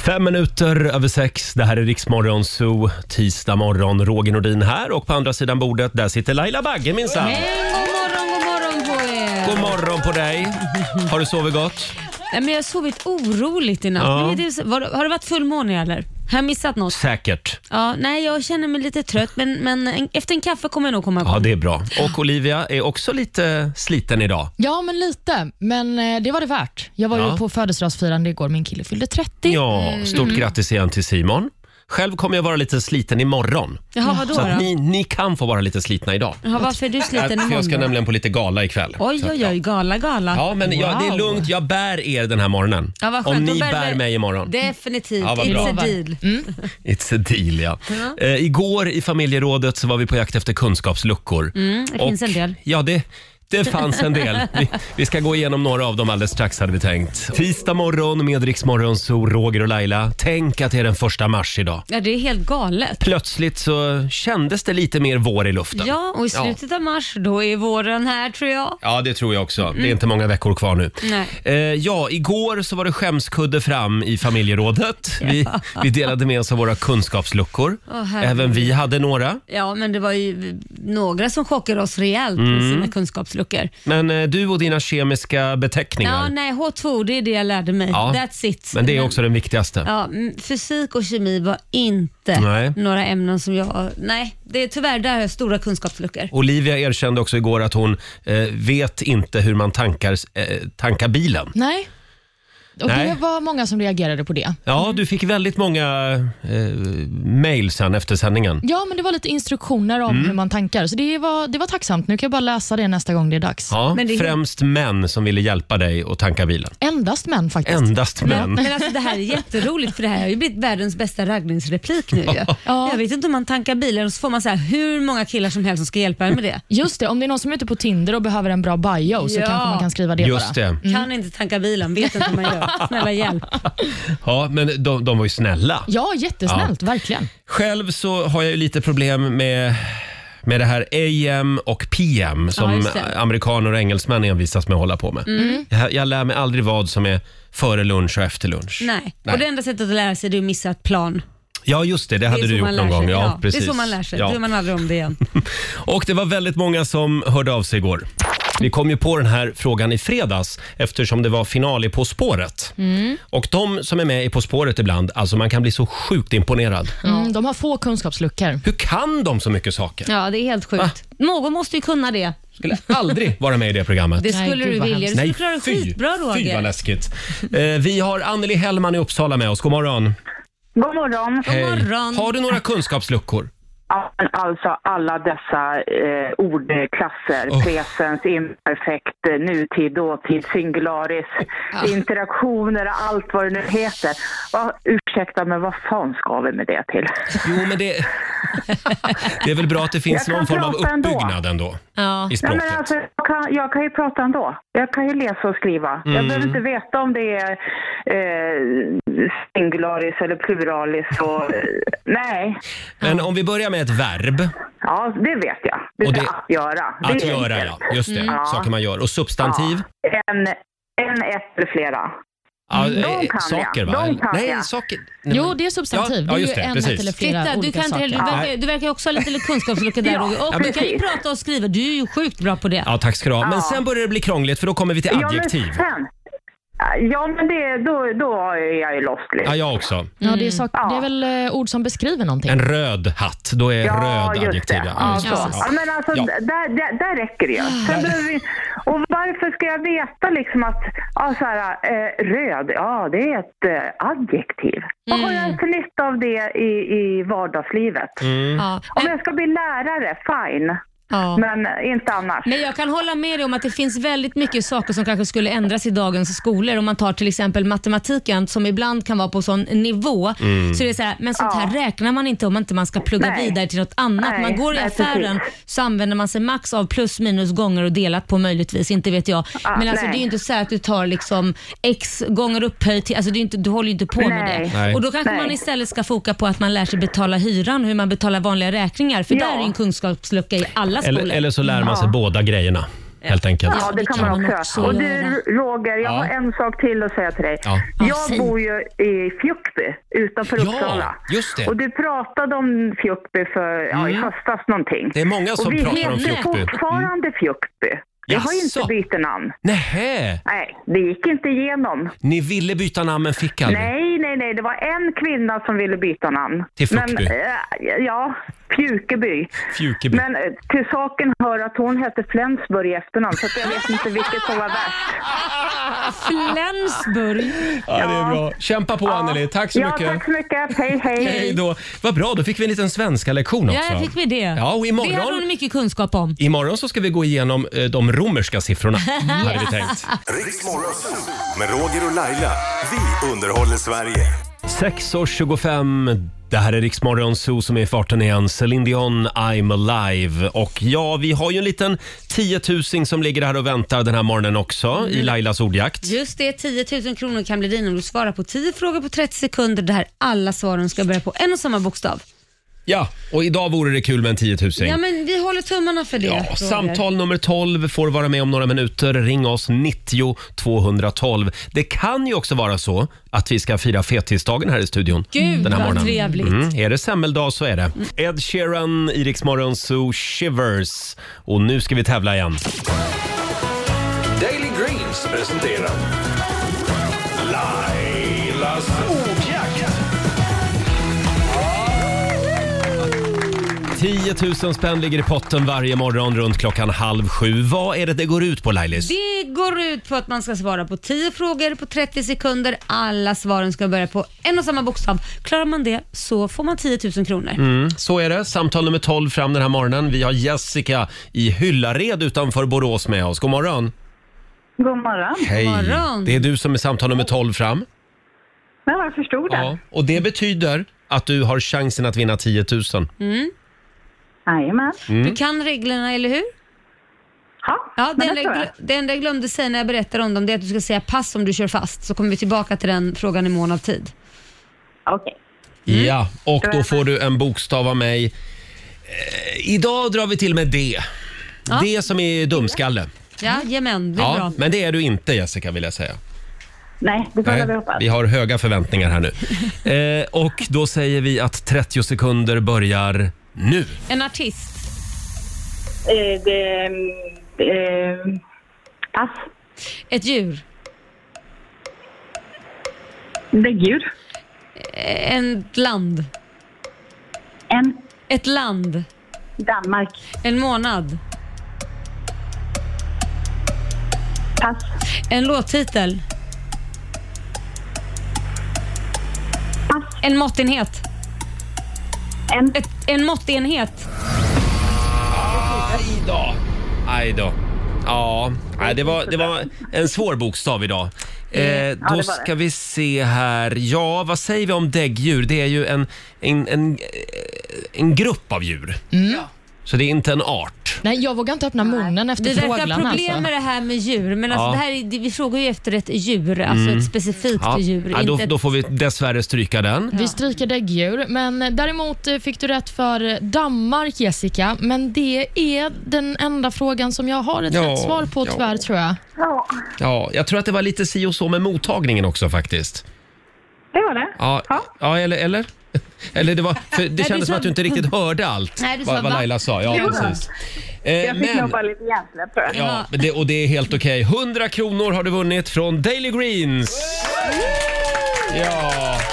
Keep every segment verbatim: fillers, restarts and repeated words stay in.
Fem minuter över sex. Det här är Riksmorgon Zoo. Tisdag morgon. Roger Nordin här. Och på andra sidan bordet, där sitter Laila Bagge minsann. Hej, god morgon, god morgon på er. God morgon på dig. Har du sovit gott? Nej, men jag har sovit oroligt i natt. Ja. Men det, var, har det varit fullmåne eller? Har jag missat något? Säkert. Ja, nej, jag känner mig lite trött, men, men en, efter en kaffe kommer jag nog komma igång. Ja, det är bra. Och Olivia är också lite sliten idag. Ja, men lite. Men eh, det var det värt. Jag var Ja. ju på födelsedagsfirande igår. Min kille fyllde trettio. Ja, stort grattis igen till Simon. Själv kommer jag vara lite sliten imorgon. Jaha, vadå Så då? att ni, ni kan få vara lite slitna idag. Jaha, varför är du sliten För imorgon? jag ska då? nämligen på lite gala ikväll. Oj, Så att, oj, ja. oj, gala, gala. Ja, men jag, det är Wow. lugnt. Jag bär er den här morgonen. Ja, vad skönt. Om Då ni bär bär vi- mig imorgon. Definitivt. Ja, vad bra. It's a deal. It's a deal, ja. Eh, igår i familjerådet så var vi på jakt efter kunskapsluckor. Mm, det finns en del. Ja, det, det fanns en del. Vi, vi ska gå igenom några av dem alldeles strax, hade vi tänkt. Tisdag morgon med Riksmorgon, så Roger och Laila. Tänk att det är den första mars idag. Ja, det är helt galet. Plötsligt så kändes det lite mer vår i luften. Ja, och i slutet av mars, då är våren här tror jag. Ja, det tror jag också. Det är inte många veckor kvar nu. Nej. Eh, ja, igår så var det skämskudde fram i familjerådet. Vi, vi delade med oss av våra kunskapsluckor. Åh, herregud. Även vi hade några. Ja, men det var ju några som chockade oss rejält Mm. med sina kunskapsluckor. Men eh, du och dina kemiska beteckningar. Ja, nej, H två, det är det jag lärde mig. Ja, That's it. Men det är också den viktigaste. Ja, mm, fysik och kemi var inte Nej. några ämnen som jag... Nej, det är tyvärr där har jag stora kunskapsluckor. Olivia erkände också igår att hon eh, vet inte hur man tankar, eh, tankar bilen. Nej. Och Nej. det var många som reagerade på det. Ja, du fick väldigt många eh, mejl sen efter sändningen. Ja, men det var lite instruktioner om hur man tankar. Så det var, det var tacksamt. Nu kan jag bara läsa det nästa gång det är dags. Ja, Men det är- främst män som ville hjälpa dig att tanka bilen. Endast män faktiskt. Endast män. Men alltså det här är jätteroligt för det här har ju blivit världens bästa raggningsreplik nu ju. Ja. Jag vet inte om man tankar bilen och så får man så här hur många killar som helst som ska hjälpa en med det. Just det, om det är någon som är ute på Tinder och behöver en bra bio så Ja. kanske man kan skriva det Just bara. det. Kan inte tanka bilen, vet inte hur man gör. Snälla hjälp. Ja, men de, de var ju snälla. Ja, jättesnällt, verkligen. Själv så har jag ju lite problem med, med det här A M och P M som Ja, just det. amerikaner och engelsmän envisas med att hålla på med. Mm. Jag, jag lär mig aldrig vad som är före lunch och efter lunch. Nej. Nej. Och det enda sättet att lära sig det är att missa ett plan. Ja, just det. Det hade Det är du så gjort man någon lär sig. gång. Ja, Ja, precis. det är så man lär sig. Ja. Då är man aldrig om det igen. Och det var väldigt många som hörde av sig igår. Vi kom ju på den här frågan i fredags eftersom det var final i På spåret. Mm. Och de som är med i På spåret ibland, alltså man kan bli så sjukt imponerad. Mm, de har få kunskapsluckor. Hur kan de så mycket saker? Ja, det är helt sjukt. Någon måste ju kunna det. Skulle aldrig vara med i det programmet. Det Nej, skulle gud, du vad vilja. Du hemskt. skulle klara det skitbra, fy vad Roger. läskigt. Eh, vi har Anneli Hellman i Uppsala med oss. God morgon. God morgon. God morgon. Har du några kunskapsluckor? Ja, men alltså alla dessa eh, ordklasser, Oh. presens, imperfekt, eh, nutid, dåtid, singularis, interaktioner, allt vad det nu heter. Va, ursäkta, men vad fan ska vi med det till? Jo, men det, det är väl bra att det finns Jag kan någon form av prata ändå. uppbyggnad ändå Ja. i Ja, språket. men alltså, jag, kan, jag kan ju prata ändå. Jag kan ju läsa och skriva. Mm. Jag behöver inte veta om det är eh, singularis eller pluralis. Och, eh, nej, Men om vi börjar med ett verb. ja, det vet jag. Det Och är det- att göra. Det Att är göra, enkelt. ja. Just det. Ja. Saker man gör. Och substantiv? Ja, en, en, ett eller flera. Ja, De eh, kan saker, jag. va? De kan Nej, jag. saker. Nej, Jo, men- det är substantiv. Ja, ja, det just är ju det, en, precis. ett eller flera Titta, du, olika kan inte, saker. du, verkar, du verkar också ha lite kunskapsluckor där, Ja, Roger. Och ja, du kan ju precis. prata och skriva. Du är ju sjukt bra på det. Ja, tack ska du ha. Men Ja. sen börjar det bli krångligt för då kommer vi till adjektiv. Ja, men sen. Ja, men det, då, då är jag ju lost lite. Ja, jag också. Ja, det, är sak, Ja. det är väl eh, ord som beskriver någonting. En röd hatt, då är röd just adjektiv. det. Ja, Ja, just så. det. Ja, men alltså, Ja. där, där, där räcker det ju. Sen behöver vi, och varför ska jag veta liksom att ja, så här, eh, röd, ja det är ett eh, adjektiv. Vad har jag för nytta av det i, i vardagslivet? Ja. Om jag ska bli lärare, fine. Ja. Men inte annars. Men jag kan hålla med dig om att det finns väldigt mycket saker som kanske skulle ändras i dagens skolor. Om man tar till exempel matematiken som ibland kan vara på sån nivå. Så det är så här, men sånt här Ja. räknar man inte om inte man ska plugga Nej. vidare till något annat. Nej, Man går i nej, affären precis. så använder man sig max av plus minus gånger och delat på möjligtvis, inte vet jag. Ja, men alltså nej. det är ju inte så att du tar liksom x gånger upphöjt till, alltså det är inte, du håller ju inte på med Nej. det. Nej. Och då kanske Nej. man istället ska foka på att man lär sig betala hyran, hur man betalar vanliga räkningar. För Ja. där är ju en kunskapslucka i alla skolor. Eller, eller så lär man sig Ja. båda grejerna. helt enkelt. Ja, det kan man också. Och du, Roger, jag Ja. har en sak till att säga till dig. Ja. Jag bor ju i Fjällby utanför Ja, Uppsala. just det. Och du pratade om Fjällby för ja, i höstas någonting. Det är många som och vi pratar om heter Fjällby. fortfarande Fjällby. Vi har Jaså? inte bytt namn. Nähä, Nej, det gick inte igenom. ni ville byta namn men fick aldrig. Nej, nej, nej. Det var en kvinna som ville byta namn. Till Fjällby? Men, äh, ja, Fjukeby. Fjukeby. Men äh, till saken hör att hon hette Flensburg i efternamn, så att jag vet inte vilket som var värst. Flensburg. Ja, det är bra. Kämpa på, Anneli. Tack så ja, mycket. tack så mycket. Hej, hej. Hej då. Vad bra, då fick vi en liten svenska lektion också. Ja, fick vi det. Ja, och Det imorgon, har hon mycket kunskap om. imorgon så ska vi gå igenom eh, de romerska siffrorna, hade vi tänkt. Riks Morgonzoo med Roger och Laila. Vi underhåller Sverige. sex och tjugofem, det här är Riks Morgonzoo som är i farten igen. Celine Dion, I'm alive. Och ja, vi har ju en liten tiotusing som ligger här och väntar den här morgonen också Mm. i Lailas ordjakt. Just det, tio tusen kronor kan bli din om du svarar på tio frågor på trettio sekunder där alla svaren ska börja på en och samma bokstav. Ja, och idag vore det kul med en tiotusing. Ja, men vi håller tummarna för det. Ja, Roger. samtal nummer tolv får vara med om några minuter. Ring oss nittio tvåhundratolv. Det kan ju också vara så att vi ska fira fettisdagen här i studion. Gud, den här vad morgonen. trevligt. Mm. Är det semmeldag så är det. Ed Sheeran, i Riks Morgonzoo, Shivers. Och nu ska vi tävla igen. Daily Greens presenterar Lailas ordjakt. tio tusen spänn ligger i potten varje morgon runt klockan halv sju. Vad är det det går ut på, Lailis? Det går ut på att man ska svara på tio frågor på trettio sekunder. Alla svaren ska börja på en och samma bokstav. Klarar man det så får man tio tusen kronor. Mm, så är det. Samtal nummer tolv fram den här morgonen. Vi har Jessica i Hyllared utanför Borås med oss. God morgon. God morgon. Hej. morgon. Det är du som är samtal nummer tolv fram. Men jag förstod det. Ja. Och det betyder att du har chansen att vinna tio tusen. Jajamän. Du kan reglerna, eller hur? Ja, Ja, det men enda, det tror jag, jag. glö- det enda jag glömde säga när jag berättade om dem, det är att du ska säga pass om du kör fast. Så kommer vi tillbaka till den frågan i mån av tid. Okej. Ja, och då får du en bokstav av mig. Eh, idag drar vi till med D. Ja. D som är dumskalle. Ja, jamen, det är Ja, bra. men det är du inte, Jessica, vill jag säga. Nej, det får Nej, vi hoppas. vi har höga förväntningar här nu. Eh, och då säger vi att trettio sekunder börjar nu. En artist, Eh, det... Eh, pass. ett djur, Däggdjur. ett land, En. ett land, Danmark. en månad, Pass. en låttitel, Pass. en måttenhet, En. ett, en måttenhet. Aj då. Aj då. Ja, nej, det var, det var en svår bokstav idag. Eh, då det. ska vi se här. Ja, vad säger vi om däggdjur? Det är ju en, en, en, en grupp av djur. Så det är inte en art. Nej, jag vågar inte öppna munnen efter Det verkar fåglarna. problem Alltså. med det här med djur, men alltså Ja. det här är, det, vi frågar ju efter ett djur, alltså ett specifikt Ja, djur. ja, då, inte ett, då får vi dessvärre stryka den. Vi stryker däggdjur, men däremot eh, fick du rätt för Danmark, Jessica. Men det är den enda frågan som jag har ett Ja, rätt svar på, ja. tyvärr, tror jag. Ja, Ja, jag tror att det var lite si och så med mottagningen också faktiskt. det var det. Ja, ja eller? eller? Eller det var, för det du kändes som sa- att du inte riktigt hörde allt Nej, du sa vad, vad va? Laila sa. Ja, Jo. precis. Eh, Jag fick men, nog bara lite hjärnsläpp, tror jag. ja, det, och det är helt okej. hundra kronor har du vunnit från Daily Greens. Ja.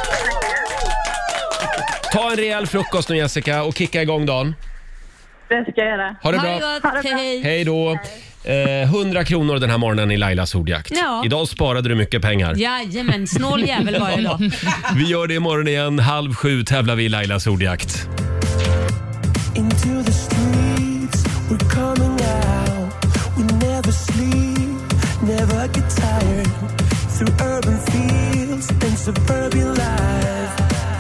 Ta en rejäl frukost nu, Jessica, och kicka igång dagen. Det ska jag göra. Ha det ha bra. det gott, Ha det bra. hej. Hej då. Eh, hundra kronor den här morgonen i Lailas ordjakt. Ja. Idag sparade du mycket pengar. Jajamän, snål jävel var det då. Vi gör det imorgon igen. Halv sju tävlar vi i Lailas ordjakt. Into the streets, we're coming out. We never sleep, never get tired. Through urban fields and suburban life.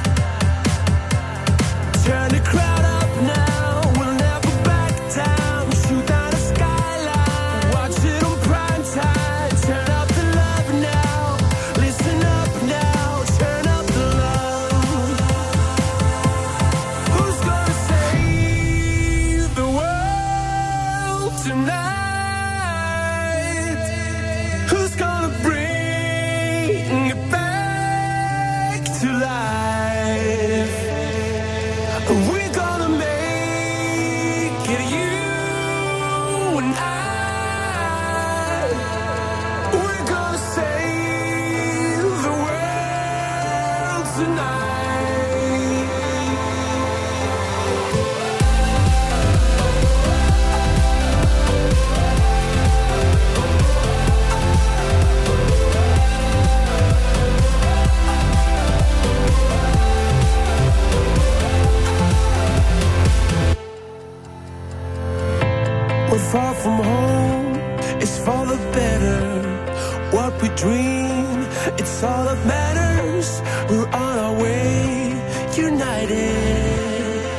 Turn the crowd up now, we'll never back down. Shoot down a skyline, watch it on prime time. Turn up the love now, listen up now. Turn up the love. Who's gonna save the world tonight? We're far from home, it's for the better. What we dream, it's all that matters. We're on our way, united.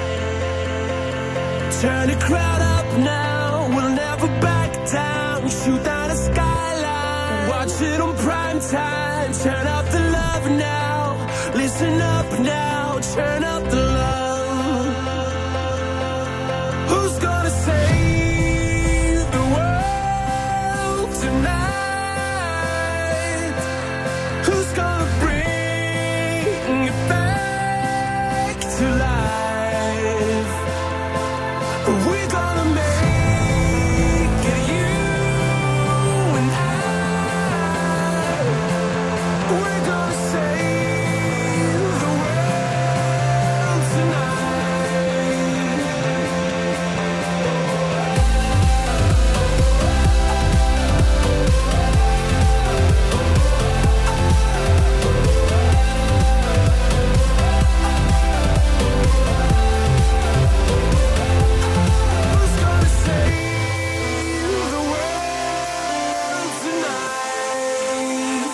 Turn the crowd up now, we'll never back down. Shoot down the skyline, watch it on prime time. Turn up the love now, listen up now. Turn up the love. Who's gonna save the world tonight? Who's gonna bring it back to life? We're gonna make it, you and I. We're gonna save the world tonight. Who's gonna save the world tonight?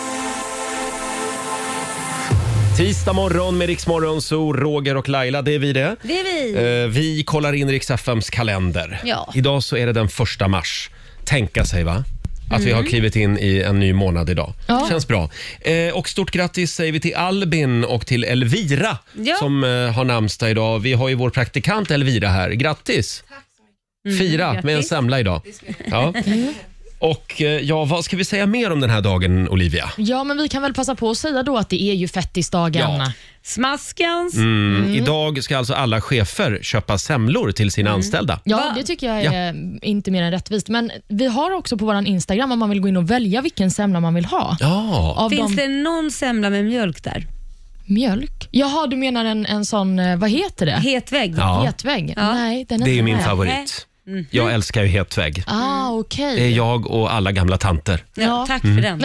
Tisdag morgon med Rix Morgon, så Roger och Laila, det är vi det. Det är vi. Eh, vi kollar in Rix F M:s kalender. Ja. Idag så är det den första mars. Tänka sig va? Att vi har klivit in i en ny månad idag. Ja. Känns bra. Eh, och stort grattis säger vi till Albin och till Elvira Ja. som eh, har namnsdag idag. Vi har ju vår praktikant Elvira här. Grattis! Fira med en grattis. semla idag. Ja. Och eh, ja, vad ska vi säga mer om den här dagen, Olivia? Ja, men vi kan väl passa på att säga då att det är ju fettisdagen. Ja. Smaskans. Mm. Idag ska alltså alla chefer köpa semlor till sina anställda. Ja, Va? det tycker jag är inte mer än rättvist. Men vi har också på vår Instagram om man vill gå in och välja vilken semla man vill ha. Ja, Av Finns de det någon semla med mjölk där? mjölk. Jaha, du menar en, en sån, eh, vad heter det? Hetvägg? Ja. Hetvägg? Ja. Nej, den är det är inte min med. favorit. Jag älskar ju hetvägg. Ah, okej. Det är jag och alla gamla tanter. Ja, Ja. tack för den.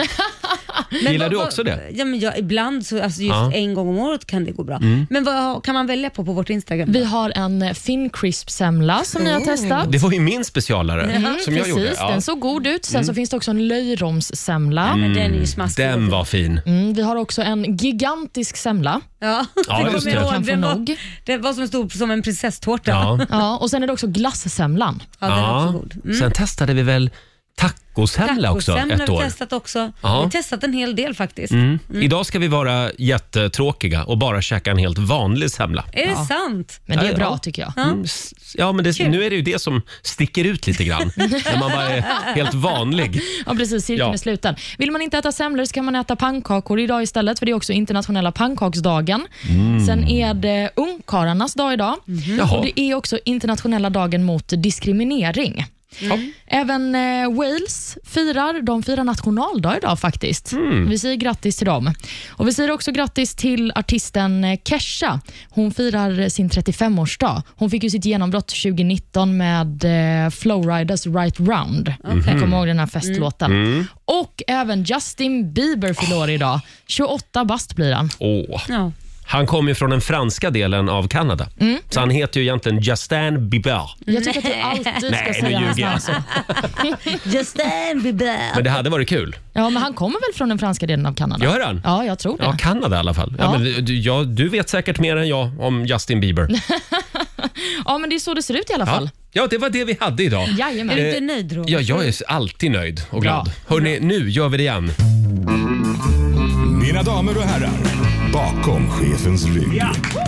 Men Gillar vad- du vad- också det? Ja, men jag, ibland, så, alltså just Ja. Mm. en gång om året kan det gå bra. Men vad kan man välja på på vårt Instagram? Vi har en Thin Crisp semla som ni har testat. Det var ju min specialare som jag Precis, gjorde. den såg god ut. Sen så finns det också en löjromssemla. Men den är ju smaskig. Den var fin. Mm, vi har också en gigantisk semla. Ja, Ja, det just kommer jag det. ihåg. Kan få Den var, nog. det var som stod som en prinsesstårta. Ja. Ja, och sen är det också glassemlan. Ja, den är Ja. också god. Mm. Sen testade vi väl tacosemla också Tacosemla ett har vi år. testat också. Ja. Vi har testat en hel del faktiskt. Mm. Idag ska vi vara jättetråkiga och bara käka en helt vanlig semla. Är det Ja. sant? Men det är Ja, bra ja. tycker jag. Mm, s- Ja, men det, Kul. nu är det ju det som sticker ut lite grann. När man bara är helt vanlig. Ja, precis. Cirkeln Ja. är sluten. Vill man inte äta semlor så kan man äta pannkakor idag istället, för det är också internationella pannkaksdagen. Sen är det ungkarlarnas dag idag. Jaha. Och det är också internationella dagen mot diskriminering. Ja. Även eh, Wales firar, de firar nationaldag idag faktiskt. Vi säger grattis till dem. Och vi säger också grattis till artisten eh, Kesha. Hon firar sin trettiofemårsdag. Hon fick ju sitt genombrott tjugonitton med eh, Flowriders Right Round. Jag kommer ihåg den här festlåten. Och även Justin Bieber fyller år idag. tjugoåtta bast blir han. Åh. Ja. Han kommer ju från den franska delen av Kanada. Så han heter ju egentligen Justin Bieber. Jag tycker att du alltid ska Nej, nu säga hans ljuger jag. namn så. Justin Bieber. Men det hade varit kul. Ja, men han kommer väl från den franska delen av Kanada? Gör han? Ja, jag tror det. Ja, Kanada i alla fall. Ja. Ja. men du, ja, du vet säkert mer än jag om Justin Bieber. Ja, men det är så det ser ut i alla Ja, fall. ja det var det vi hade idag. Jajamän. Är du Eh, inte nöjd Roger? Ja, jag är alltid nöjd och glad. Bra. Hörrni, nu gör vi det igen. Mina damer och herrar, bakom chefens rygg.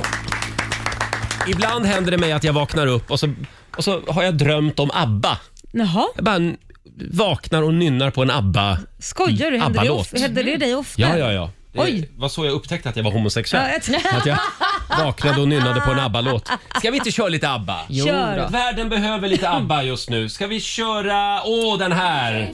Ibland händer det mig att jag vaknar upp och så, och så har jag drömt om ABBA. Jaha, Jag bara n- vaknar och nynnar på en ABBA. skojar du? Händer det, ABBA-låt. of- händer det dig ofta? Ja, ja, ja. Det Oj. var så jag upptäckte att jag var homosexuell. Ja, jag tror- Att jag vaknade och nynnade på en ABBA-låt. Ska vi inte köra lite ABBA? Kör. Världen behöver lite ABBA just nu. Ska vi köra, åh den här.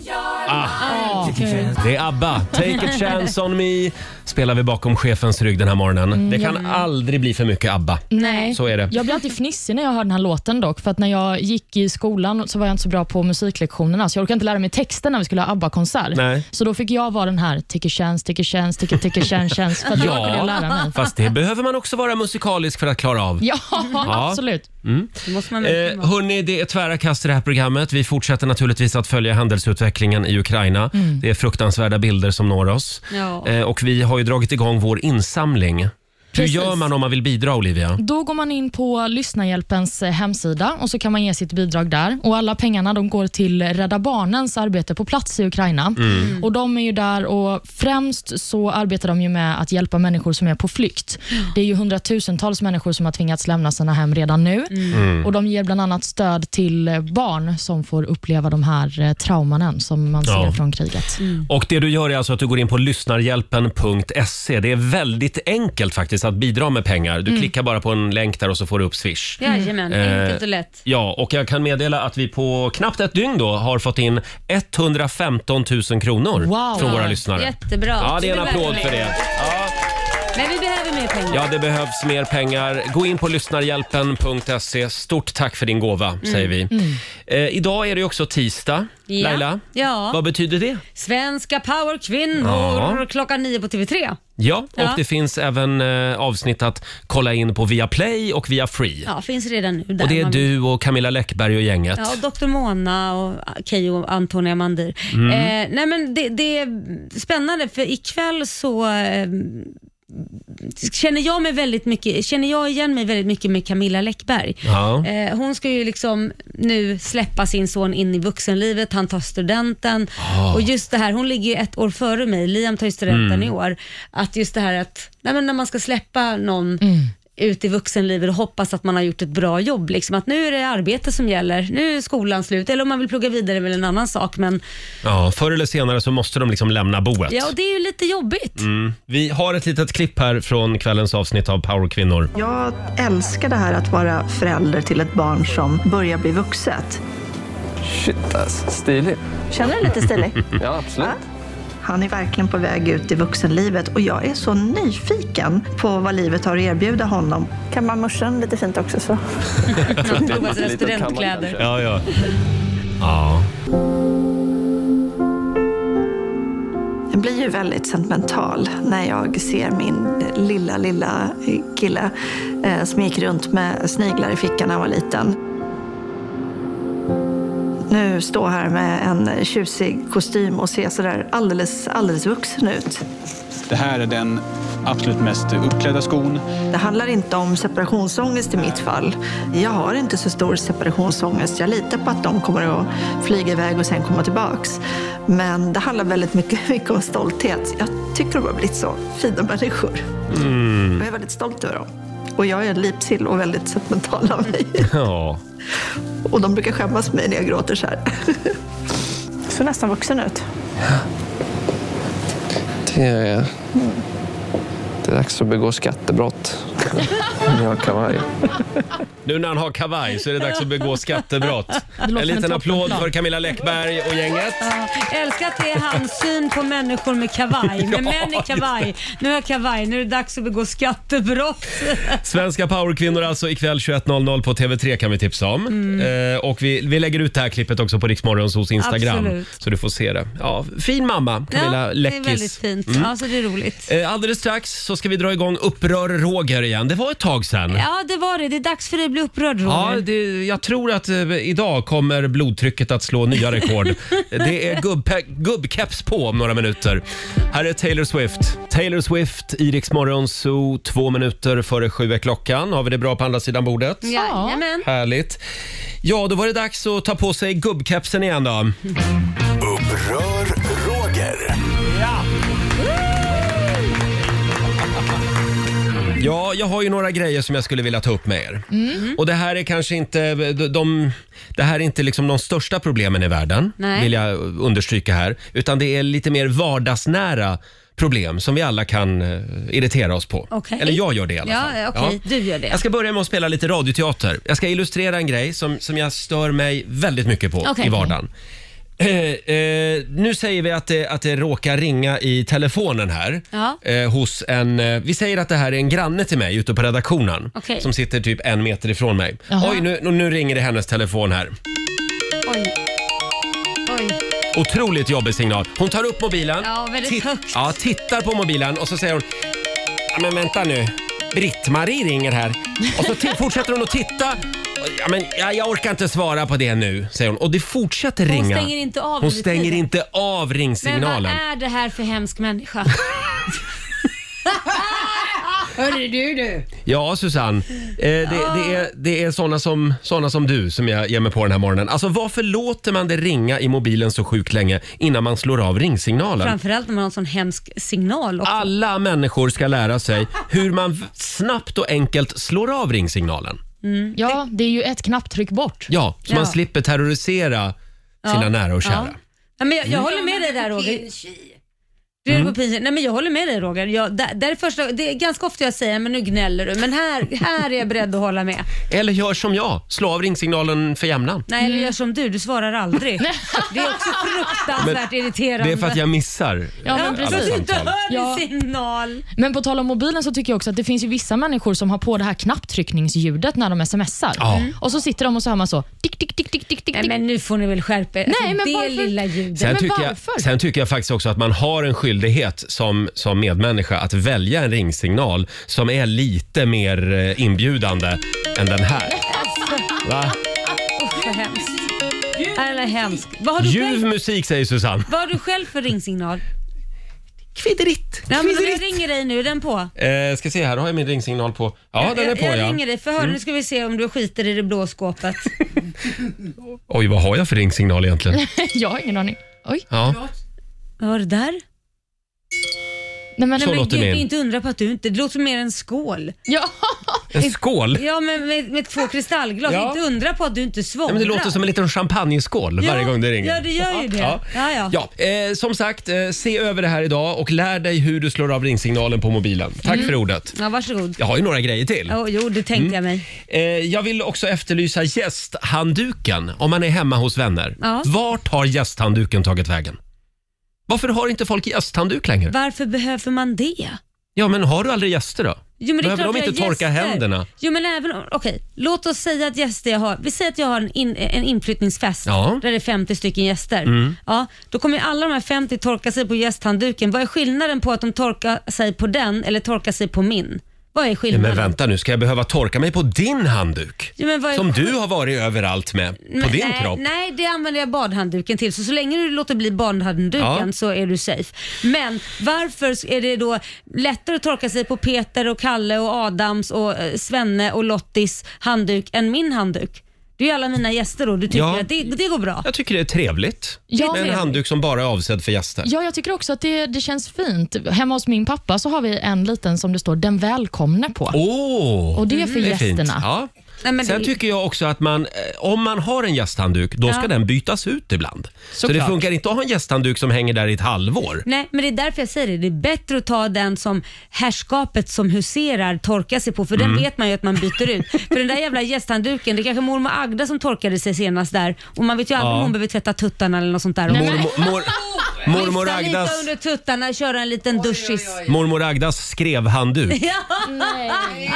Ah, det är ABBA. Take a chance on me spelar vi bakom chefens rygg den här morgonen. Mm, det kan ja. aldrig bli för mycket ABBA. Nej. Så är det. Jag blir alltid fnissig när jag hör den här låten dock. För att när jag gick i skolan så var jag inte så bra på musiklektionerna. Så jag orkade inte lära mig texten när vi skulle ha ABBA-konsert. Nej. Så då fick jag vara den här take a chance, take a chance, take a, take a chance, chance. För att jag kunde lära mig. Fast det behöver man också vara musikalisk för att klara av. Ja, ja. absolut. Mm. Det måste man eh, hörrni, det är tvära kast i det här programmet. Vi fortsätter naturligtvis att följa händelseutvecklingen i Ukraina. Mm. Det är fruktansvärda bilder som når oss. Ja. Eh, och vi har ju dragit igång vår insamling. Hur Precis. gör man om man vill bidra, Olivia? Då går man in på Lyssnarhjälpens hemsida och så kan man ge sitt bidrag där. Och alla pengarna de går till Rädda Barnens arbete på plats i Ukraina. Mm. Och de är ju där och främst så arbetar de ju med att hjälpa människor som är på flykt. Det är ju hundratusentals människor som har tvingats lämna sina hem redan nu. Mm. Och de ger bland annat stöd till barn som får uppleva de här traumanen som man ser ja. från kriget. Mm. Och det du gör är alltså att du går in på lyssnarhjälpen punkt se. Det är väldigt enkelt faktiskt att bidra med pengar. Du mm. klickar bara på en länk där och så får du upp Swish. Jajamän, eh, enkelt och lätt. Ja, och jag kan meddela att vi på knappt ett dygn då har fått in etthundrafemton tusen kronor wow. från våra lyssnare. Jättebra. Ja, det är en applåd för det. Ja. Men vi behöver mer pengar. Ja, det behövs mer pengar. Gå in på lyssnarhjälpen punkt se. Stort tack för din gåva, mm. säger vi. Mm. Eh, idag är det ju också tisdag. Ja. Laila, ja. vad betyder det? Svenska powerkvinnor ja. klockan nio på T V tre. Ja, och ja. det finns även eh, avsnitt att kolla in på Viaplay och via Free. Ja, finns redan nu. Där och det är du och Camilla Läckberg och gänget. Ja, och doktor Mona och Keyyo och Antonia Mandir. Mm. Eh, nej men det, det är spännande för ikväll så... Eh, känner jag mig väldigt mycket känner jag igen mig väldigt mycket med Camilla Läckberg. Ja. Eh, hon ska ju liksom nu släppa sin son in i vuxenlivet, han tar studenten oh. och just det här, hon ligger ju ett år före mig, Liam tar ju studenten mm. i år, att just det här att nej, men när man ska släppa någon mm. ut i vuxenlivet och hoppas att man har gjort ett bra jobb. Liksom att nu är det arbete som gäller. Nu är skolan slut. Eller om man vill plugga vidare är väl en annan sak. Men... Ja, förr eller senare så måste de liksom lämna boet. Ja, och det är ju lite jobbigt. Mm. Vi har ett litet klipp här från kvällens avsnitt av Powerkvinnor. Jag älskar det här att vara förälder till ett barn som börjar bli vuxet. Shit, alltså, stilig. Känner du lite stilig? Ja, absolut. Ja. Han är verkligen på väg ut i vuxenlivet och jag är så nyfiken på vad livet har att erbjuda honom. Kan man morsan lite fint också så? Prova sina studentkläder. Ja, ja. Ja. Jag blir ju väldigt sentimental när jag ser min lilla, lilla kille eh, som gick runt med sniglar i fickan när han var liten. Nu står här med en tjusig kostym och ser så där alldeles, alldeles vuxen ut. Det här är den absolut mest uppklädda skon. Det handlar inte om separationsångest i mitt fall. Jag har inte så stor separationsångest. Jag litar på att de kommer att flyga iväg och sen komma tillbaks. Men det handlar väldigt mycket, mycket om stolthet. Jag tycker de har blivit så fina människor. Mm. Jag är väldigt stolt över dem. Och jag är en lipsill och väldigt sentimental av mig. Ja. Och de brukar skämmas med mig när jag gråter så här. Så nästan vuxen ut. Det är, det är dags att begå skattebrott. Jag har kavaj. Nu när han har kavaj så är det dags att begå skattebrott. En liten applåd för Camilla Läckberg och gänget. Ja, älskar att det är hans syn på människor med kavaj. Med män i kavaj. Nu har jag kavaj, nu är det dags att begå skattebrott. Svenska powerkvinnor alltså ikväll tjugoett noll noll på T V tre kan vi tipsa om. Mm. Eh, och vi, vi lägger ut det här klippet också på Riksmorgons hos Instagram. Absolut. Så du får se det. Ja, fin mamma, Camilla ja, Läckis. Det är väldigt fint. Mm. Ja, så det är roligt. Eh, alldeles strax så ska vi dra igång Upprör Roger igen. Det var ett tag sedan. Ja, det var det. Det är dags för dig att bli upprörd, Roger. Ja, det, jag tror att eh, idag kommer blodtrycket att slå nya rekord. Det är gubb, gubbkeps på om några minuter. Här är Taylor Swift. Taylor Swift, i Riksmorgon Zoo, två minuter före sju är klockan. Har vi det bra på andra sidan bordet? Jajamän. Härligt. Ja, då var det dags att ta på sig gubbkepsen igen då. Upprör Roger. Ja. Ja, jag har ju några grejer som jag skulle vilja ta upp med er. Mm. Och det här är kanske inte de, de, det här är inte liksom de största problemen i världen. Nej. Vill jag understryka här. Utan det är lite mer vardagsnära problem som vi alla kan uh, irritera oss på. Okay. Eller jag gör det i alla fall. Ja, okay. Ja. Du gör det. Jag ska börja med att spela lite radioteater. Jag ska illustrera en grej som, som jag stör mig väldigt mycket på okay. i vardagen. Eh, eh, nu säger vi att det, att det råkar ringa i telefonen här. Ja. Eh, hos en, eh, vi säger att det här är en granne till mig ute på redaktionen. Okej. Som sitter typ en meter ifrån mig. Jaha. Oj, nu, nu ringer det hennes telefon här. Oj. Oj. Otroligt jobbig signal. Hon tar upp mobilen. Ja, väldigt tit- högt. Ja, tittar på mobilen och så säger hon: ja, men vänta nu. Britt-Marie ringer här. Och så t- fortsätter hon att titta. Ja, men jag, jag orkar inte svara på det nu, säger hon. Och det fortsätter Hon ringa. stänger inte av Hon vid stänger tiden. inte av Men ringsignalen. vad är det här för hemsk människa? Hörru du du. Ja, Susanne. Eh, det, det är, det är såna som, såna som du som jag ger mig på den här morgonen. Alltså, varför låter man det ringa i mobilen så sjukt länge innan man slår av ringsignalen? Framförallt när man har en sån hemsk signal också. Alla människor ska lära sig hur man v- snabbt och enkelt slår av ringsignalen. Mm. Ja, det är ju ett knapptryck bort. Ja, så Ja. man slipper terrorisera sina Ja. nära och kära. Ja. Ja, men jag, jag håller med dig där, Roger. Du är Mm. på pinchen. Nej, men jag håller med dig, Roger. Jag, där, där är första, det är ganska ofta jag säger, men nu gnäller du. Men här, här är jag beredd att hålla med. Eller gör som jag, slå av ringsignalen för jämnan. Nej, eller gör som du. Du svarar aldrig. Det är också fruktansvärt irriterande. Det är för att jag missar Ja, men alla precis. Så att du inte samtal. hör Ja. en signal. Men på tal om mobilen så tycker jag också att det finns ju vissa människor som har på det här knapptryckningsljudet när de smsar. Ja. Mm. Och så sitter de och så hör man så tick, tick, tick, tick, tick, tick. Nej, men nu får ni väl skärpa er. Alltså, Nej, men det varför? lilla ljudet. Sen Men tycker, jag, varför? sen tycker jag faktiskt också att man har en skyldighet som, som medmänniska att välja en ringsignal som är lite mer eh, inbjudande än den här. Va? Usch, vad hemskt. Nej, den är hemsk. Vad har, du Ljuv själv, musik, säger Susanne. vad har du själv för ringsignal? Kvidderitt. Nej, men jag ringer dig nu. Är den på? Eh, ska se här, har jag min ringsignal på? Ja, den är jag, på, jag ja. ringer dig. För hör, nu ska vi se om du skiter i det blå skåpet. Oj, vad har jag för ringsignal egentligen? Jag har ingen aning. Oj. Ja. Vad var det där? Nej, men, Så Men låter gud, min. inte undra på att du inte... Det låter som mer en skål. ja. En skål? Ja, men med, med två kristallglas. Ja. Inte undra på att du inte svarar. Ja, men det låter som en liten champagneskål Ja, varje gång det ringer. Ja, det gör ju det. Ja. Ja, ja. Ja, eh, som sagt, eh, se över det här idag och lär dig hur du slår av ringsignalen på mobilen. Tack Mm. för ordet. Ja, varsågod. Jag har ju några grejer till. Oh, jo, det tänkte jag mig. Eh, jag vill också efterlysa gästhandduken om man är hemma hos vänner. Ja. Vart har gästhandduken tagit vägen? Varför har inte folk gästhandduk längre? Varför behöver man det? Ja, men har du aldrig gäster då? Jo, men det är Behöver klart de jag inte har torka gäster. händerna? Jo, men även om- okej, låt oss säga att gäster jag har, vi säger att jag har en, in, en inflyttningsfest Ja. där det är femtio stycken gäster. Mm. Ja, då kommer ju alla de här femtio torka sig på gästhandduken. Vad är skillnaden på att de torkar sig på den eller torkar sig på min? Vad är Ja, skillnaden? men vänta nu, ska jag behöva torka mig på din handduk? Ja, men vad är Som sk- du har varit överallt med på Men din nej, kropp? Nej, det använder jag badhandduken till. Så så länge du låter bli badhandduken Ja. så är du safe. Men varför är det då lättare att torka sig på Peter och Kalle och Adams och eh, Svenne och Lottis handduk än min handduk? Det är ju alla mina gäster då. Du tycker Ja. att det, det går bra? Jag tycker det är trevligt. Ja. Med en trevligt. handduk som bara är avsedd för gäster. Ja, jag tycker också att det, det känns fint. Hemma hos min pappa så har vi en liten som det står den välkomne på. Åh, Och det är för det är fint. gästerna. Ja. Nej, men Sen det- tycker jag också att man, eh, om man har en gästhandduk, då ska Ja. den bytas ut ibland. Så det Såklart. funkar inte att ha en gästhandduk som hänger där i ett halvår. Nej, men det är därför jag säger det. Det är bättre att ta den som herrskapet som huserar torkar sig på, för Mm. den vet man ju att man byter ut. För den där jävla gästhandduken, det är kanske mormor Agda som torkade sig senast där och man vet ju aldrig Ja. om hon behöver tvätta tuttarna eller något sånt där. Mormor, mor, mormor, Vifta lite Agdas, under tuttarna, köra en liten duschis. mormor Agdas skrevhandduk. Nej.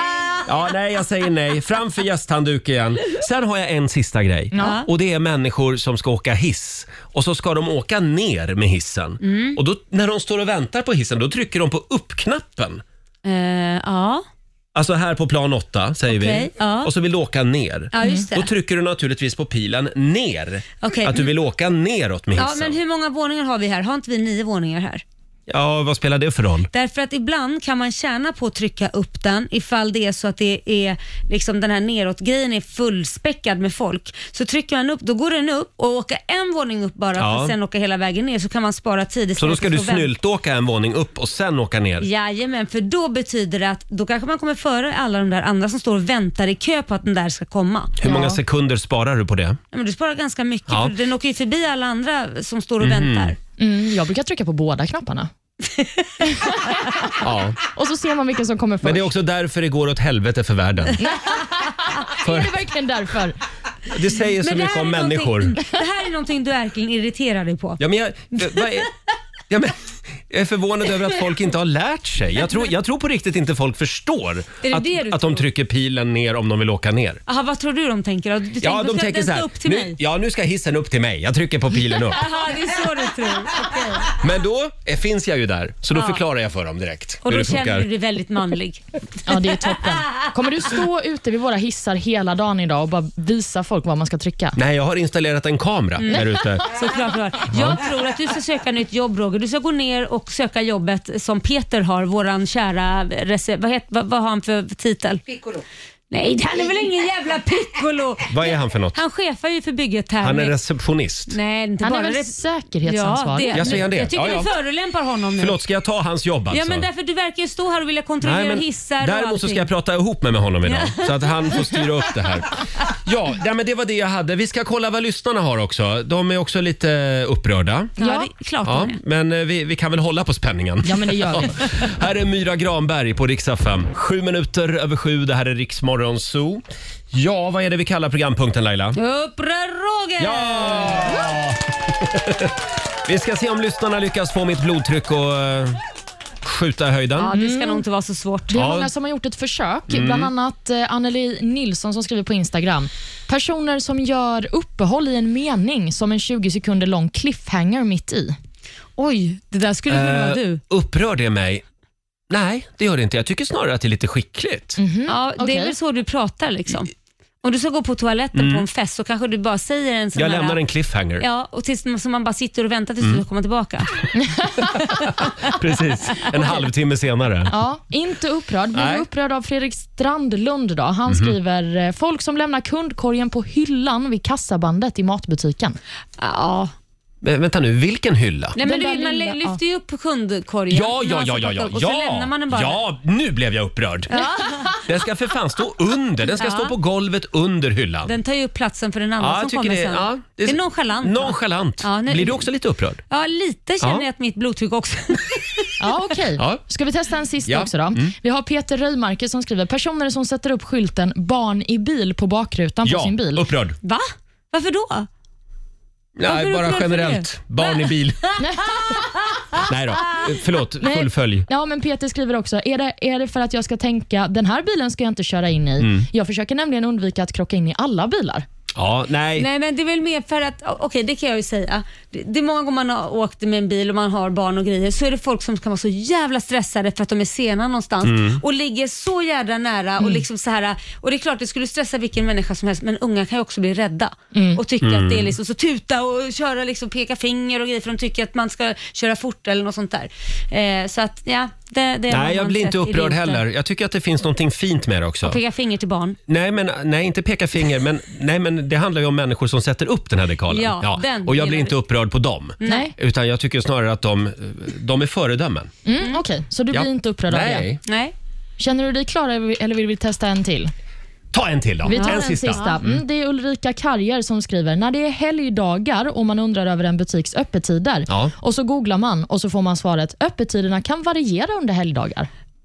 Ja, nej, jag säger nej. Framför gästhandduk igen. Sen har jag en sista grej. Ja. Och det är människor som ska åka hiss. Och så ska de åka ner med hissen. Mm. Och då, när de står och väntar på hissen, då trycker de på upp-knappen. Eh, ja. Alltså här på plan åtta, säger Okej, vi. ja. Och så vill du åka ner. Ja, just det. Då trycker du naturligtvis på pilen ner. Okej. Att du vill åka neråt med Ja, hissen. men hur många våningar har vi här? Har inte vi nio våningar här? Ja, vad spelar det för roll? Därför att ibland kan man tjäna på att trycka upp den ifall det är så att det är liksom den här neråt-grejen är fullspäckad med folk. Så trycker man upp, då går den upp och åker en våning upp bara Ja. för att sen åka hela vägen ner, så kan man spara tid. Så då ska du istället för att få snyllt åka en våning upp och sen åka ner? vänta. Jajamän, för då betyder det att då kanske man kommer före alla de där andra som står och väntar i kö på att den där ska komma. Hur många Ja. sekunder sparar du på det? Ja, men du sparar ganska mycket, Ja. för den åker ju förbi alla andra som står och Mhm. väntar. Mm, jag brukar trycka på båda knapparna. Ja. Och så ser man vilken som kommer först. Men det är också därför det går åt helvete för världen. Är det verkligen därför? Det säger så Men det mycket här om är människor. någonting- Det här är någonting du verkligen irriterar dig på. Ja, men jag, vad är, ja, men, jag är förvånad över att folk inte har lärt sig. Jag tror, jag tror på riktigt inte folk förstår det att, det du att de trycker pilen ner om de vill åka ner. Aha, vad tror du de tänker? Du tänker, Ja, de ska tänker den så här, upp till nu, mig? ja, nu ska hissen upp till mig. Jag trycker på pilen upp. Jaha, det är så du tror. Okay. Men då eh, finns jag ju där, så då Ja. förklarar jag för dem direkt Och hur då det funkar. känner du dig väldigt manlig. Ja, det är toppen. Kommer du stå ute vid våra hissar hela dagen idag och bara visa folk vad man ska trycka? Nej, jag har installerat en kamera Mm. där ute. Såklart du har. Jag tror att du ska söka nytt jobb, Roger. Du ska gå ner och söka jobbet som Peter har, våran kära rece- vad, heter, vad, vad har han för titel? Piccolo. Nej, han är väl ingen jävla piccolo. Vad är han för något? Han chefar ju för bygget här. Han är med- receptionist. Nej, inte Han bara är väl rep- säkerhetsansvarig? Ja, det. Jag säger det. Jag tycker Ja, ja. du förolämpar honom nu. Förlåt, ska jag ta hans jobb alltså? Ja, men därför du verkar ju stå här och vilja kontrollera Nej, men hissar och däremot så allting. ska jag prata ihop mig med honom idag så att han får styra upp det här. Ja, nej, men det var det jag hade. Vi ska kolla vad lyssnarna har också. De är också lite upprörda. Ja, det är klart Ja, de är. men eh, vi, vi kan väl hålla på spänningen. Ja, men det gör vi. Här är Myra Granberg på Rix F M. Sju minuter över sju, det här är Rix Morgon Zoo. Ja, vad är det vi kallar programpunkten, Laila? Upprör Roger! Ja! Vi ska se om lyssnarna lyckas få mitt blodtryck att uh, skjuta i höjden. Ja, det ska nog inte vara så svårt. Det är Ja. många som har gjort ett försök, Mm. bland annat eh, Anneli Nilsson som skriver på Instagram. Personer som gör uppehåll i en mening som en tjugo sekunder lång cliffhanger mitt i. Oj, det där skulle kunna vara Eh, du. Upprör det mig? Nej, det gör det inte. Jag tycker snarare att det är lite skickligt. Ja, det är okej. väl så du pratar liksom. Om du ska gå på toaletten på en fest så kanske du bara säger en sån Jag här... lämnar en cliffhanger. Ja, och tills så man bara sitter och väntar tills du kommer tillbaka. Precis, en halvtimme senare. Ja, inte upprörd. Blir Nej. du upprörd av Fredrik Strandlund då? Han skriver, eh, folk som lämnar kundkorgen på hyllan vid kassabandet i matbutiken. Ja. Men, vänta nu, vilken hylla? Nej, men Den du, där man lilla, lyfter ju upp kundkorgen. Ja, när ja, man ja, ska ja, plocka ja, upp, och så lämnar man den bara. ja, nu blev jag upprörd. Den ska för fan stå under, den ska Ja. stå på golvet under hyllan. Den tar ju upp platsen för den andra Ja, jag som tycker kommer det- sen. ja, det, det är är- nonchalant. va? Nonchalant. Ja, nej- Blir du också lite upprörd? Ja, lite känner Ja. jag att mitt blodtryck också. Ja, okej. Ja. Ska vi testa en sista Ja. också då? Mm. Vi har Peter Röjmarker som skriver, personer som sätter upp skylten barn i bil på bakrutan på Ja, sin bil. upprörd. Va? Varför då? Varför är Nej, du bara upprörd för generellt. Barn i bil. Nej då, förlåt, Nej. fullfölj. Ja, men Peter skriver också, är det, är det för att jag ska tänka, den här bilen ska jag inte köra in i. Mm. Jag försöker nämligen undvika att krocka in i alla bilar. Ja, nej. Nej, men det är väl mer för att, okej okay, det kan jag ju säga. Det, det är många gånger man har åkt med en bil och man har barn och grejer, så är det folk som kan vara så jävla stressade för att de är sena någonstans Mm. och ligger så jävla nära och liksom så här. Och det är klart det skulle stressa vilken människa som helst, men unga kan ju också bli rädda och tycka Mm. att det är liksom så tuta och köra liksom peka finger och grejer för de tycker att man ska köra fort eller något sånt där. Eh, så att ja, det, det har Nej, jag man blir inte sett upprörd idioter. heller. Jag tycker att det finns någonting fint med det också. Peka finger till barn. Nej, men, nej, inte peka finger, men, nej, men det handlar ju om människor som sätter upp den här dekalen. Ja, den och jag blir gillar inte vi. upprörd på dem. Nej. Utan jag tycker snarare att de, de är föredömen. Mm, Okej, så du Ja. blir inte upprörd av det? Nej. Nej. Känner du dig klar eller vill vi testa en till? Ta en till då. Vi tar en en sista. sista. Mm, det är Ulrika Karjer som skriver, när det är helgdagar och man undrar över en butiks öppettider Ja. och så googlar man och så får man svaret, öppettiderna kan variera under helgdagar.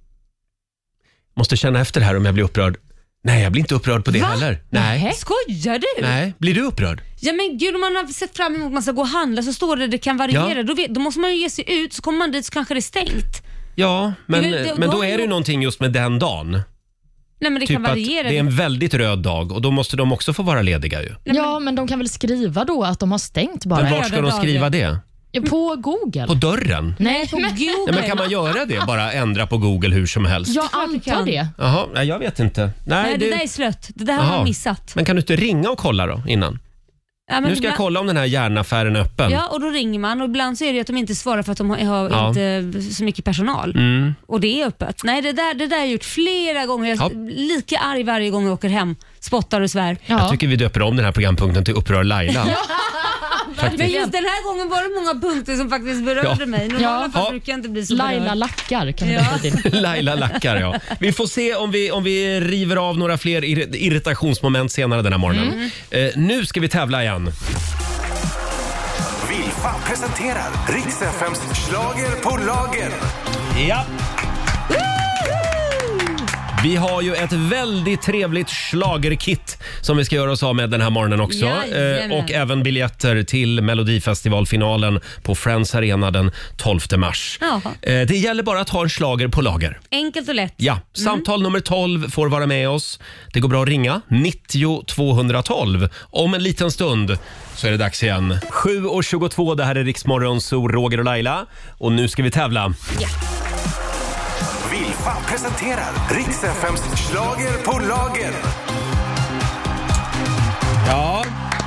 Måste känna efter här om jag blir upprörd. Nej, jag blir inte upprörd på det Va? heller. Nej. Nähä? Skojar du? Nej. Blir du upprörd? Ja men gud, om man har sett fram emot att man ska gå och handla så står det det kan variera. Ja. Då, vet, då måste man ju ge sig ut, så kommer man dit så kanske det är stängt. Ja, men, Det- det- men då då har är det ju ju- någonting just med den dagen. Nej men det Typ kan att variera. det är en väldigt röd dag och då måste de också få vara lediga ju. Ja, men de kan väl skriva då att de har stängt bara? Men vart ska de röda skriva det? Ja, på Google. På dörren? Nej, På Google. Nej, men kan man göra det? Bara ändra på Google hur som helst? jag Klart du antar kan. det. Jaha, nej, jag vet inte. Nej, Nej, det det... där är slött. Det där har Jaha. man missat. Men kan du inte ringa och kolla då innan? Ja, men Nu ska jag ibland- kolla om den här järnaffären är öppen. Ja, och då ringer man och ibland så är det ju att de inte svarar för att de har, har Ja. inte så mycket personal. Mm. Och det är öppet. Nej, det där, det där har jag gjort flera gånger. Jag är Ja. lika arg varje gång jag åker hem. Spottar och svär. Ja. Jag tycker vi döper om den här programpunkten till Upprör Laila. Men just den här gången var det många punkter som faktiskt berörde Ja. mig. I normala fall Ja. brukar jag inte bli så Laila berörd. lackar kan vi Ja. lägga till. Laila lackar, ja. Vi får se om vi, om vi river av några fler ir- irritationsmoment senare den här morgonen. Mm. Eh, nu ska vi tävla igen. Vilfa presenterar Rix F M's schlager på lager. Ja. Vi har ju ett väldigt trevligt schlagerkit som vi ska göra oss av med den här morgonen också. Jajamän. Eh, och även biljetter till Melodifestivalfinalen på Friends Arena den tolfte mars. Jaha. Eh, det gäller bara att ha en schlager på lager. Enkelt och lätt. Ja, samtal nummer tolv får vara med oss. Det går bra att ringa nittio tvåhundratolv. Om en liten stund så är det dags igen. sju och tjugotvå, det här är Riksmorgon, så Roger och Laila. Och nu ska vi tävla. Ja. Vilfa presenterar Rix F M:s schlager på lager. Ja.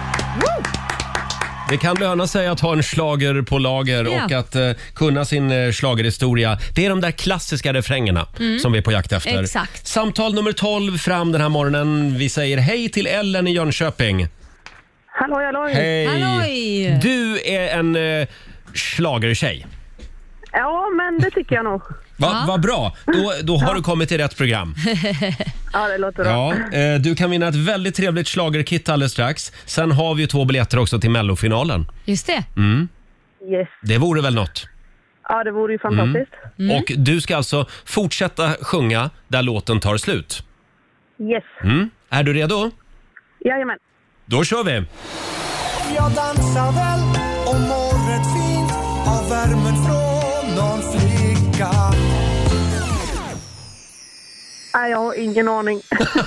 Det kan löna sig att ha en schlager på lager Ja. och att eh, kunna sin eh, schlagerhistoria. Det är de där klassiska refrängerna Mm. som vi är på jakt efter. Exakt. Samtal nummer tolv fram den här morgonen. Vi säger hej till Ellen i Jönköping. Halloj, halloj. Hej! Halloj! Du är en eh, schlagertjej. Ja, men det tycker jag nog. Va, Ja. Vad bra, då, då har du kommit till rätt program. Ja, det låter bra. Ja, eh, du kan vinna ett väldigt trevligt schlagerkit alldeles strax. Sen har vi ju två biljetter också till Mellofinalen. Just det. Mm. Yes. Det vore väl något. Ja, det vore ju fantastiskt. Mm. Och du ska alltså fortsätta sjunga där låten tar slut. Yes. Mm. Är du redo? Jajamän. Då kör vi! Jag dansar väl om morret fint av värmen från någon flicka. Nej, jag har ingen aning.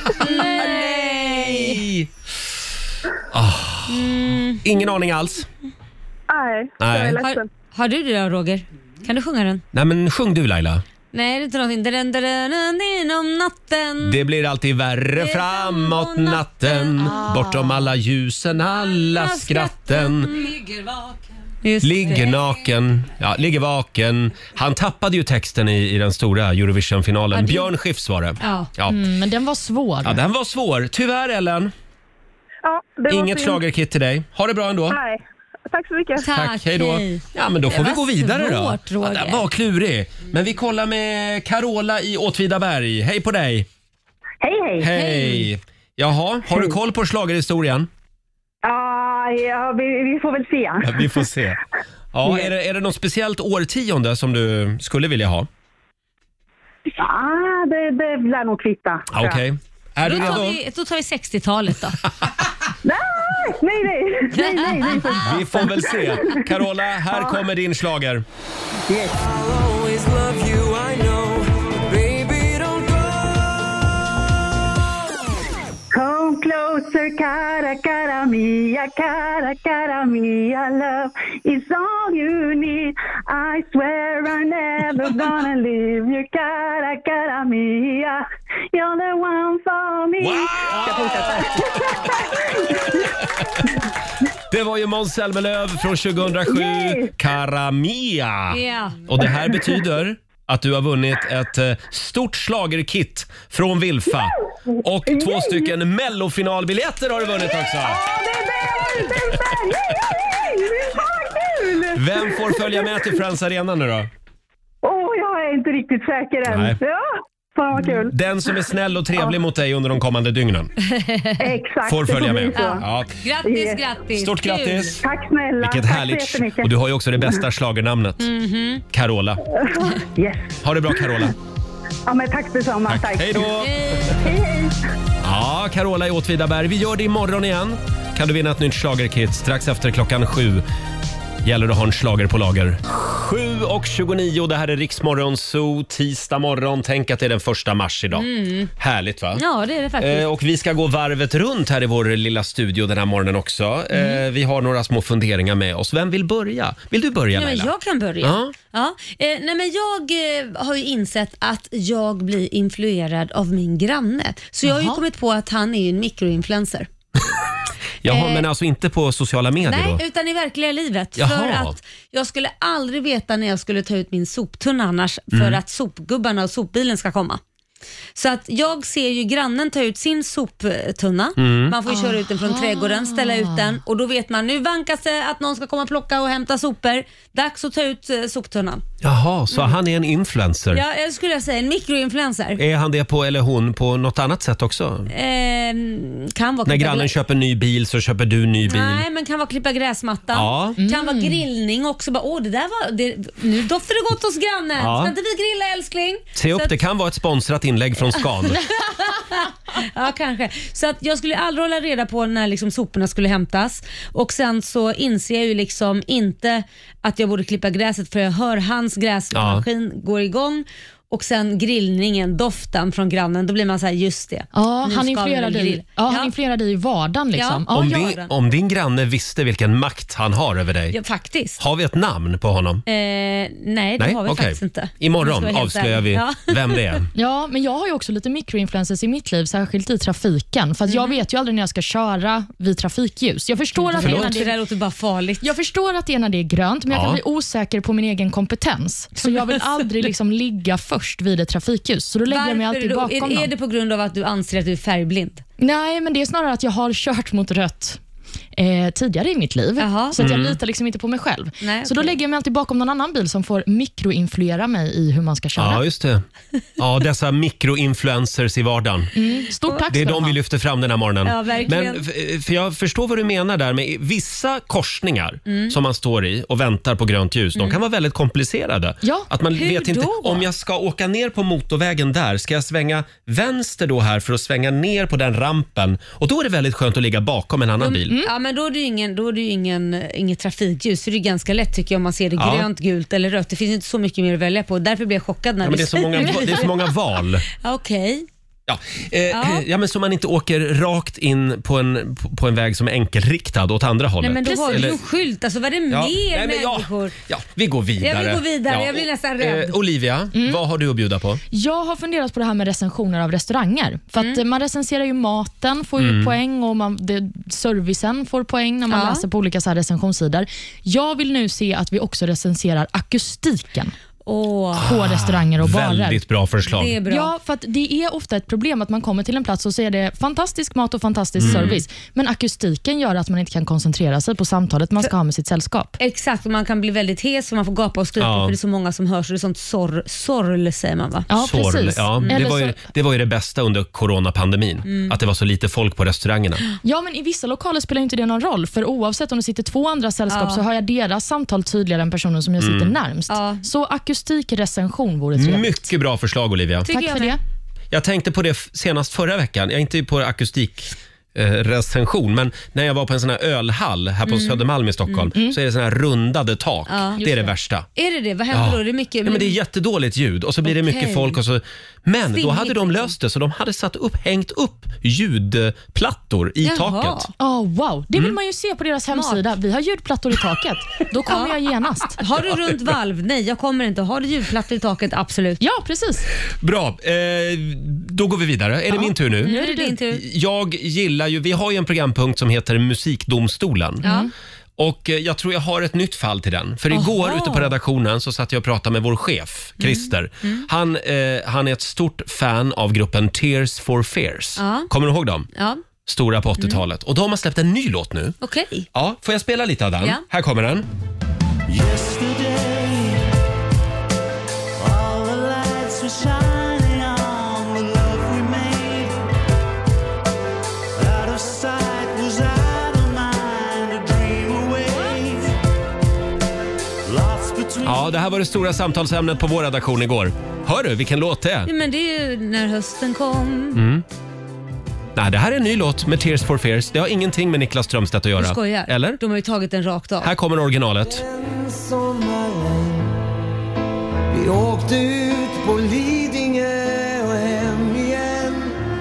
Nej! Ah. Ingen aning alls. Nej, Nej. jag är Har, ledsen. har du det då, Roger? Kan du sjunga den? Nej, men sjung du, Laila. Nej, det är inte någonting. Den, den, den, den, om natten. Det blir alltid värre framåt natten, bortom alla ljusen, alla skratten. Ligger vaken. Just Ligger det. naken, ja, ligger vaken. Han tappade ju texten i, i den stora Eurovision-finalen. Ja, det- Björn Skifs var det. Ja. Ja. Mm, men den var svår. Ja, den var svår. Tyvärr, Ellen. Ja, det var Inget synd. schlagerkit till dig. Ha det bra ändå. Nej, tack så mycket. Tack, hej då. hej. Ja, men då Det får vi var gå vidare svårt, då. Ja, Roger. den var klurig. Men vi kollar med Carola i Åtvidaberg. Hej på dig. Hej, hej. Hej. Jaha, har du koll på schlagerhistorien? Ja, ja vi, vi får väl se. Ja, vi får se. Ja, är det, är det något speciellt årtionde som du skulle vilja ha? Ja, det, det lär nog kvitta. Ja, Okej. Är du Då tar, redo? vi, då tar vi sextiotalet då. Nej, nej, nej, nej, nej, nej. Vi får väl se. Carola, här kommer din schlager. Yes. Always love you, I know. Baby, don't go. Come closer, cara, cara mia, cara, cara mia, love is all you need. I swear I'm never gonna leave you, cara, cara mia. You're the one for me. Ska jag fortsätta? Det var ju Måns Zelmerlöw från tjugohundrasju, Yay! Cara Mia. Ja. Och det här betyder att du har vunnit ett eh, stort schlagerkit från Vilfa. Och två Yay! stycken mellofinalbiljetter har du vunnit också. Ja, det är det! Det är det! Yay, yay, yay! Fan, kul! Vem får följa med till Friends Arena nu då? Åh, jag är inte riktigt säker än. Nej. Ja, fan vad kul. Den som är snäll och trevlig mot dig under de kommande dygnen Exakt. får det följa bli med. så. Ja. Grattis, Yes. grattis. Stort Kul. grattis! Tack snälla. Vilket Tack så härligt. jättemycket. Och du har ju också det bästa schlagernamnet. Carola. Yes. Ha det bra, Carola. Ja, men tack detsamma. Tack. Tack. Hej då! Hej. Hej, hej. Ja, Carola i Åtvidaberg. Vi gör det imorgon igen. Kan du vinna ett nytt schlagerkit strax efter klockan sju. Gäller det att ha en schlager på lager. sju och tjugonio, det här är Riksmorgon Zoo, tisdag morgon. Tänk att det är den första mars idag. Härligt va? Ja, det är det faktiskt. Eh, och vi ska gå varvet runt här i vår lilla studio den här morgonen också. Eh, vi har några små funderingar med oss. Vem vill börja? Vill du börja, Nej, men Laila? jag kan börja. Ja. Ja. Eh, nej, men jag eh, har ju insett att jag blir influerad av min granne. Så jag har ju Jaha. kommit på att han är ju en mikroinfluencer. Jaha, Eh, men alltså inte på sociala medier Nej, då? utan i verkliga livet. Jaha. För att jag skulle aldrig veta när jag skulle ta ut min soptunna annars för Mm. att sopgubbarna och sopbilen ska komma. Så att jag ser ju grannen ta ut sin soptunna. Mm. Man får ju köra ut den från trädgården, ställa ut den och då vet man nu vankas det att någon ska komma och plocka och hämta sopor. Dags att ta ut eh, soptunnan. Jaha, så han är en influencer. Ja, jag skulle jag säga en mikroinfluencer. Är han det på, eller hon, på något annat sätt också? Eh, kan vara När klippa grannen grä- köper ny bil så köper du ny bil. Nej, men kan vara klippa gräsmattan. Ja. Kan vara grillning också. Bara, Åh, det där var, det, nu doftar det gott hos grannen. Ja. Ska inte vi grilla, älskling? Se upp, Så att- det kan vara ett sponsrat inlägg från Scan. Ja, kanske. Så att jag skulle aldrig hålla reda på när liksom soporna skulle hämtas. Och sen så inser jag ju liksom inte att jag borde klippa gräset, för jag hör hans gräsmaskin ja. går igång. Och sen grillningen, doften från grannen, då blir man så här, just det. Ja, han influerade i, ja, han influerade i vardagen liksom. Ja. Om, Ja, din, om din granne visste vilken makt han har över dig. Ja, faktiskt. Har vi ett namn på honom? Eh, nej, det nej? har vi okay. faktiskt inte. Imorgon avslöjar vi ja. vem det är. Ja, men jag har ju också lite mikroinfluencers i mitt liv, särskilt i trafiken. För att mm. jag vet ju aldrig när jag ska köra vid trafikljus. Jag förstår, att det, när det, det där låter bara farligt. Jag förstår att det är när det är grönt, men jag ja. kan bli osäker på min egen kompetens. Så jag vill aldrig liksom ligga först vid ett trafikljus. Så då lägger Varför jag mig alltid bakom är, dem. är det på grund av att du anser att du är färgblind? Nej, men det är snarare att jag har kört mot rött eh, tidigare i mitt liv. Aha. Så att jag Mm. litar liksom inte på mig själv. Nej, så då okej. lägger jag mig alltid bakom någon annan bil som får mikroinfluera mig i hur man ska köra. Ja, just det. Ja, dessa mikroinfluencers i vardagen. Mm. Stort tack. Det är de vi lyfter fram den här morgonen. Ja, verkligen. Men f- för jag förstår vad du menar där med vissa korsningar Mm. som man står i och väntar på grönt ljus. De kan vara väldigt komplicerade. Ja, att man hur vet inte då? om jag ska åka ner på motorvägen där, ska jag svänga vänster då här för att svänga ner på den rampen, och då är det väldigt skönt att ligga bakom en annan Mm. bil. Ja, men då är det ju ingen, då är det ju ingen, inget trafikljus, för det är ganska lätt tycker jag om man ser det Ja. grönt, gult eller rött. Det finns inte så mycket mer att välja på. Därför blir jag chockad när Ja, men det, du är så många, det är så många val. Okej. Ja. Eh, Ja. ja, men så man inte åker rakt in på en, på en väg som är enkelriktad åt andra hållet. Nej, men då har du ju Eller- en skylt. Alltså vad är det Ja. mer Nej, men ja. människor? Ja, vi går vidare. Jag vill gå vidare, Ja. jag blir nästan rädd. Eh, Olivia, vad har du att bjuda på? Jag har funderat på det här med recensioner av restauranger. För att Mm. man recenserar ju maten, får ju Mm. poäng, och man, det, servicen får poäng när man Ja. läser på olika så här recensionssidor. Jag vill nu se att vi också recenserar akustiken Åh, på restauranger och barer. Väldigt bra förslag. det är bra. Ja, för att det är ofta ett problem att man kommer till en plats och så är det fantastisk mat och fantastisk Mm. service. Men akustiken gör att man inte kan koncentrera sig på samtalet man ska ha med sitt sällskap. Exakt, och man kan bli väldigt hes för man får gapa och skrika Ja. för det är så många som hörs, och det är sånt sorr, sorl säger man va? Ja, Sorl. precis. Ja, det, Eller var ju, så- det var ju det bästa under coronapandemin. Mm. Att det var så lite folk på restaurangerna. Ja, men i vissa lokaler spelar inte det någon roll. För oavsett om det sitter två andra sällskap Ja. så hör jag deras samtal tydligare än personen som jag sitter Mm. närmst. Ja. Så akustikrecension vore trevligt. Mycket bra förslag, Olivia. Tycker Tack jag för med. det. Jag tänkte på det f- senast förra veckan. Jag är inte på akustik eh, recension, men när jag var på en sån här ölhall här på Södermalm i Stockholm så är det såna här rundade tak. Ja, det är just det det. värsta. Är det det? Vad händer Ja. då? Är det mycket? Ja, men det är jättedåligt ljud och så blir det Okej. mycket folk och så. Men då Stimmigt hade de liksom. löst det så de hade satt upp, hängt upp ljudplattor i Jaha. taket. Oh, wow, det Mm. vill man ju se på deras hemsida. Vi har ljudplattor i taket. Då kommer jag genast. Har du runt valv? Nej, jag kommer inte. Har du ljudplattor i taket? Absolut. Ja, precis. Bra, eh, då går vi vidare. Är det min tur nu? Nu är det din tur. Jag gillar ju, vi har ju en programpunkt som heter Musikdomstolen. Ja. Och eh, jag tror jag har ett nytt fall till den. För igår Aha. ute på redaktionen så satt jag och pratade med vår chef, Christer. Han, eh, han är ett stort fan av gruppen Tears for Fears. Ja. Kommer du ihåg dem? Ja, Stora på åttiotalet. Och de har släppt en ny låt nu. okej. Ja, får jag spela lite av den? Ja. Här kommer den. Yesterday, all the lights were shining on the love we made. Out of sight was out of mind, a dream away. Lost between. Ja, det här var det stora samtalsämnet på vår redaktion igår. Hör du vilken låt det är? Ja, men det är ju när hösten kom. Mm. Nej, det här är en ny låt med Tears for Fears. Det har ingenting med Niklas Strömstedt att göra. Du skojar. Eller? De har ju tagit den rakt av. Här kommer originalet. En sommarregn. Vi åkte ut på Lidingö och hem igen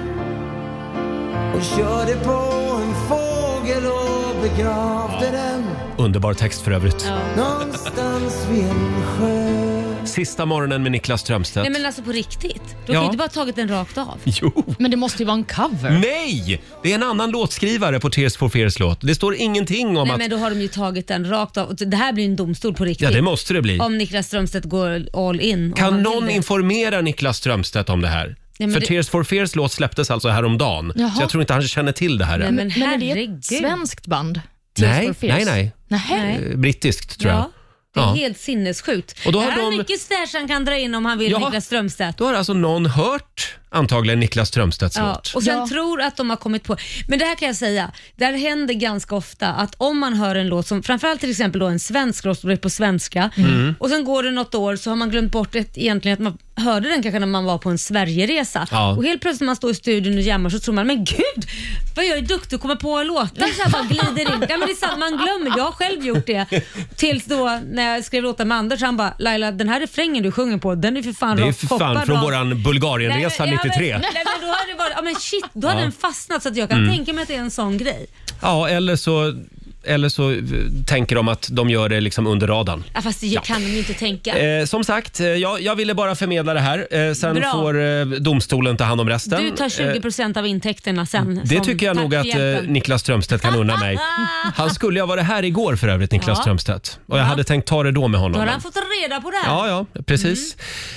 och körde på en fågel och begravde den Underbar text för övrigt. någonstans vid en sjö. Sista morgonen med Niklas Strömstedt. Nej men alltså på riktigt. Du Ja. har ju inte bara tagit den rakt av. Jo! Men det måste ju vara en cover. Nej! Det är en annan låtskrivare på Tears for Fears låt. Det står ingenting om Nej att... men då har de ju tagit den rakt av. Och det här blir ju en domstol på riktigt. Ja, det måste det bli. Om Niklas Strömstedt går all in. om Kan han vill någon det. informera Niklas Strömstedt om det här? men För det- Tears for Fears låt släpptes alltså häromdagen. Jaha. Så jag tror inte han känner till det här Nej, än. men Men är det herregud. ett svenskt band? Tears Nej, for Fears? nej, nej. Nähä. Nej. Eh, Brittiskt tror jag. Ja, det är Ja. helt sinnessjukt. Och då har det här är de- mycket stash han kan dra in om han vill, Ja. Niklas Strömstedt. Då har alltså någon hört antagligen Niklas Strömstedts Ja, låt. och sen Ja. tror att de har kommit på. Men det här kan jag säga, det här händer ganska ofta att om man hör en låt som framförallt till exempel då en svensk låt som är på svenska Mm. och sen går det något år så har man glömt bort ett, egentligen att man hörde den kanske när man var på en Sverigeresa. Ja. Och helt plötsligt när man står i studion och jammar så tror man, men gud vad jag är duktig att komma på låtar så här bara glider in. Ja, men det är sant, man glömmer, jag har själv gjort det. Tills då när jag skrev låtar med Anders, han bara, Laila den här refrängen du sjunger på, den är för fan Det är rakt för fan koppad från av- våran Bulgarienresa Nej, men- nittiotre. Ja, men, nej, men då hade det varit, ja, men shit, då hade Ja. den fastnat så att jag kan Mm. tänka mig att det är en sån grej. Ja, eller så, eller så eh, tänker de att de gör det liksom under radarn. Ja, fast det kan de ju inte tänka. Eh, som sagt, eh, jag, jag ville bara förmedla det här. Eh, sen Bra. får eh, domstolen ta hand om resten. Du tar tjugo procent av intäkterna sen. Det som tycker jag tack nog för att eh, hjälpen. Niklas Strömstedt kan unna mig. Han skulle ju ha varit här igår för övrigt, Niklas Ja. Strömstedt. Och jag Ja. hade tänkt ta det då med Då honom. har han fått reda på det här. Ja, ja, precis.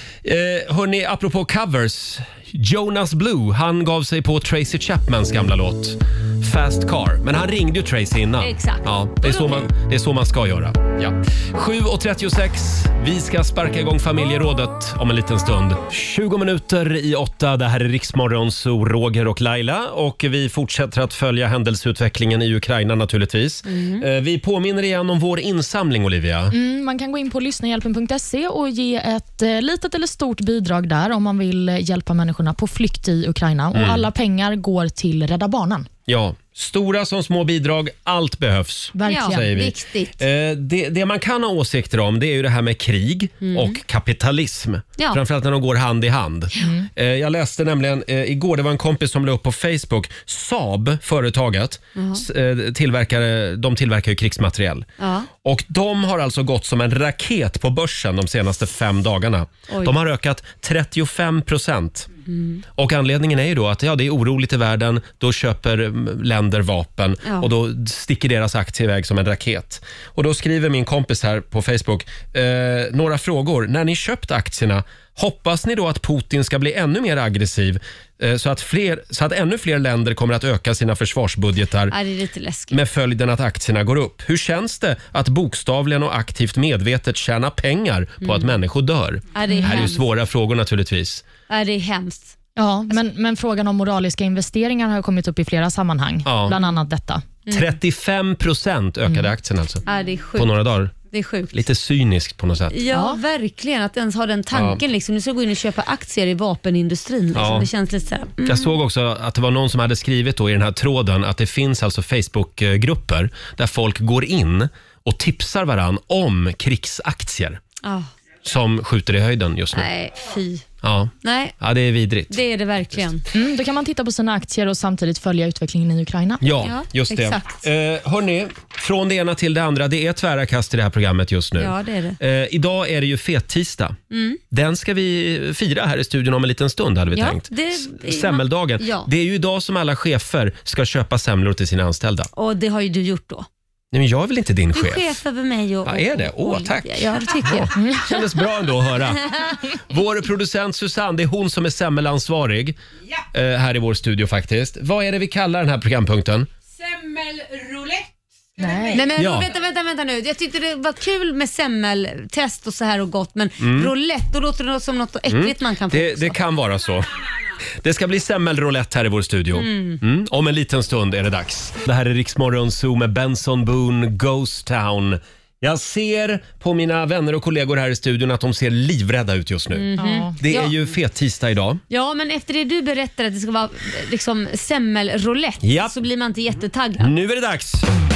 Eh, hörni, apropå covers. Jonas Blue, han gav sig på Tracy Chapmans gamla låt Fast Car. Men han ringde ju Tracy innan. Exakt. Ja, det, är så man, det är så man ska göra. Ja. sju och trettiosex. Vi ska sparka igång familjerådet om en liten stund. tjugo minuter i åtta. Det här är Riksmorgon, så Roger och Laila. Och vi fortsätter att följa händelseutvecklingen i Ukraina naturligtvis. Mm. Eh, vi påminner igen om vår insamling, Olivia. Mm, man kan gå in på lyssnahjälpen punkt se och ge ett eh, litet eller stort bidrag där om man vill eh, hjälpa människorna på flykt i Ukraina. Mm. Och alla pengar går till Rädda Barnen. Ja, stora som små bidrag, allt behövs. Verkligen. Säger vi. Viktigt. Eh, det, det man kan ha åsikter om, det är ju det här med krig Mm. och kapitalism. Ja. Framförallt när de går hand i hand. Mm. Eh, jag läste nämligen eh, igår, det var en kompis som la upp på Facebook, Saab, företaget, Jaha. s- eh, tillverkar, de tillverkar ju krigsmateriel. Ja. Och de har alltså gått som en raket på börsen de senaste fem dagarna. Oj. De har ökat trettiofem procent. Mm. Och anledningen är ju då att ja, det är oroligt i världen, då köper mm, länder vapen Ja. och då sticker deras aktie iväg som en raket. Och då skriver min kompis här på Facebook, eh, några frågor. När ni köpt aktierna, hoppas ni då att Putin ska bli ännu mer aggressiv eh, så, att fler, så att ännu fler länder kommer att öka sina försvarsbudgetar Ja, det är lite läskigt. med följden att aktierna går upp? Hur känns det att bokstavligen och aktivt medvetet tjäna pengar på Mm. att människor dör? Ja, det är här är ju hemskt. svåra frågor naturligtvis. Ja, det är hemskt. Ja, men, men frågan om moraliska investeringar har kommit upp i flera sammanhang. Ja. Bland annat detta. trettiofem procent ökade aktien alltså. Ja, det är sjukt. På några dagar. Det är sjukt. Lite cyniskt på något sätt. Ja, verkligen. Att ens ha den tanken. Ja. Liksom. Nu ska jag gå in och köpa aktier i vapenindustrin. Liksom. Ja. Det känns lite så här, mm. Jag såg också att det var någon som hade skrivit då i den här tråden att det finns alltså Facebookgrupper där folk går in och tipsar varann om krigsaktier Ah, som skjuter i höjden just nu. nej, fy. Ja. Nej, Ja, det är vidrigt. det är det verkligen. Mm, då kan man titta på sina aktier och samtidigt följa utvecklingen i Ukraina. Ja, Ja, just det. exakt. Eh, hörni, från det ena till det andra. Det är tvära kast i det här programmet just nu. Ja, det är det. Eh, idag är det ju fettisdag. Mm. Den ska vi fira här i studion om en liten stund hade vi Ja, tänkt. det- S- Semmeldagen. Ja. Det är ju idag som alla chefer ska köpa semlor till sina anställda. Och det har ju du gjort då. Nej, men jag är väl inte din Du är chef? chef över mig. Och, Ja, är det? Åh, och- tack. Ja, det tycker jag. Kändes bra ändå att höra. Vår producent Susanne, det är hon som är semmelansvarig eh, här i vår studio faktiskt. Vad är det vi kallar den här programpunkten? Semmelroulette. Nej. Nej men Ja. vänta, vänta, vänta nu. Jag tyckte det var kul med semmeltest och så här och gott, men Mm. roulette, då låter det som något äckligt man kan få Det, också. det kan vara så. Det ska bli semmelroulette här i vår studio. Mm. Mm. Om en liten stund är det dags. Det här är Riksmorgon Zoo med Benson Boone, Ghost Town. Jag ser på mina vänner och kollegor här i studion att de ser livrädda ut just nu. Mhm. Det är Ja. ju fet tisdag idag. Ja, men efter det du berättade att det ska vara liksom semmelroulette Japp. så blir man inte jättetaggad. Nu är det dags!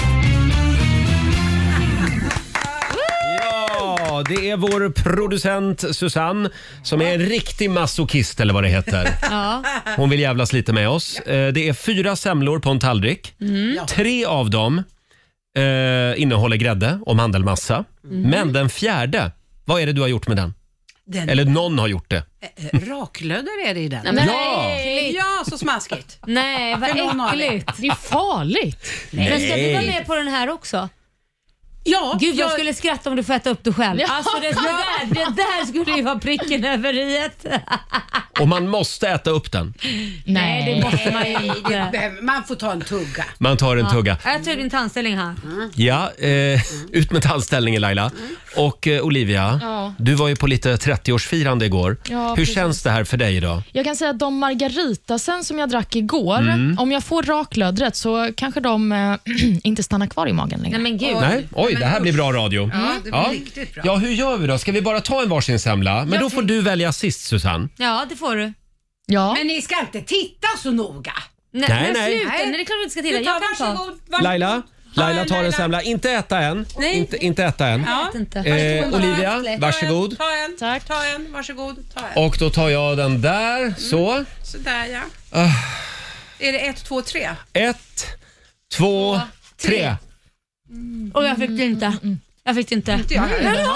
Ja, det är vår producent Susanne som är en riktig masochist eller vad det heter. Ja. Hon vill jävlas lite med oss. Eh, Det är fyra semlor på en tallrik. Mm. Tre av dem eh, innehåller grädde och mandelmassa. Mm. Men den fjärde, vad är det du har gjort med den? Den- Eller någon har gjort det. Eh, Raklödder är det i den. Nej, men Ja. äckligt. Ja, så smaskigt. Nej, vad För någon har det. äckligt. Det är farligt. Men ska du Nej. vara med på den här också? Ja, Gud, jag, jag- skulle skratta om du får äta upp det själv. Ja. Alltså det, där, det där skulle ju vara pricken över iet. Och man måste äta upp den. Nej, det måste man ju Nej, det inte. behöver, man får ta en tugga. Man tar en tugga. Jag tar din tandställning här. Ja, eh, ut med tandställningen Laila. Och eh, Olivia, Ja. du var ju på lite trettioårsfirande igår. Ja, Hur precis. känns det här för dig idag? Jag kan säga att de margaritasen som jag drack igår, Mm. om jag får raklödret så kanske de äh, inte stannar kvar i magen längre. Nej men gud. Nej? Oj, det här blir bra radio. Ja, det blir riktigt bra. Ja, hur gör vi då? Ska vi bara ta en varsin semla? Men då får du välja sist, Susanne. Ja, det får du. Ja. Men ni ska inte titta så noga. Nej, Nej, men nej. sluta. Nej, det är klart vi inte ska titta. Du Jag tar, kan ta. varsågod. Var... Laila, Laila tar en Laila. semla. Inte äta än. Nej. Inte, inte äta än. Ja. Jag vet inte. Eh, Olivia, Ta en, varsågod. Ta en, Tack. ta en, varsågod. Ta en. Och då tar jag den där. Så. Sådär ja. Ah. Är det ett, två, tre? Ett, två, tre. Och jag fick det inte. Jag fick det inte. Inte jag heller. Men,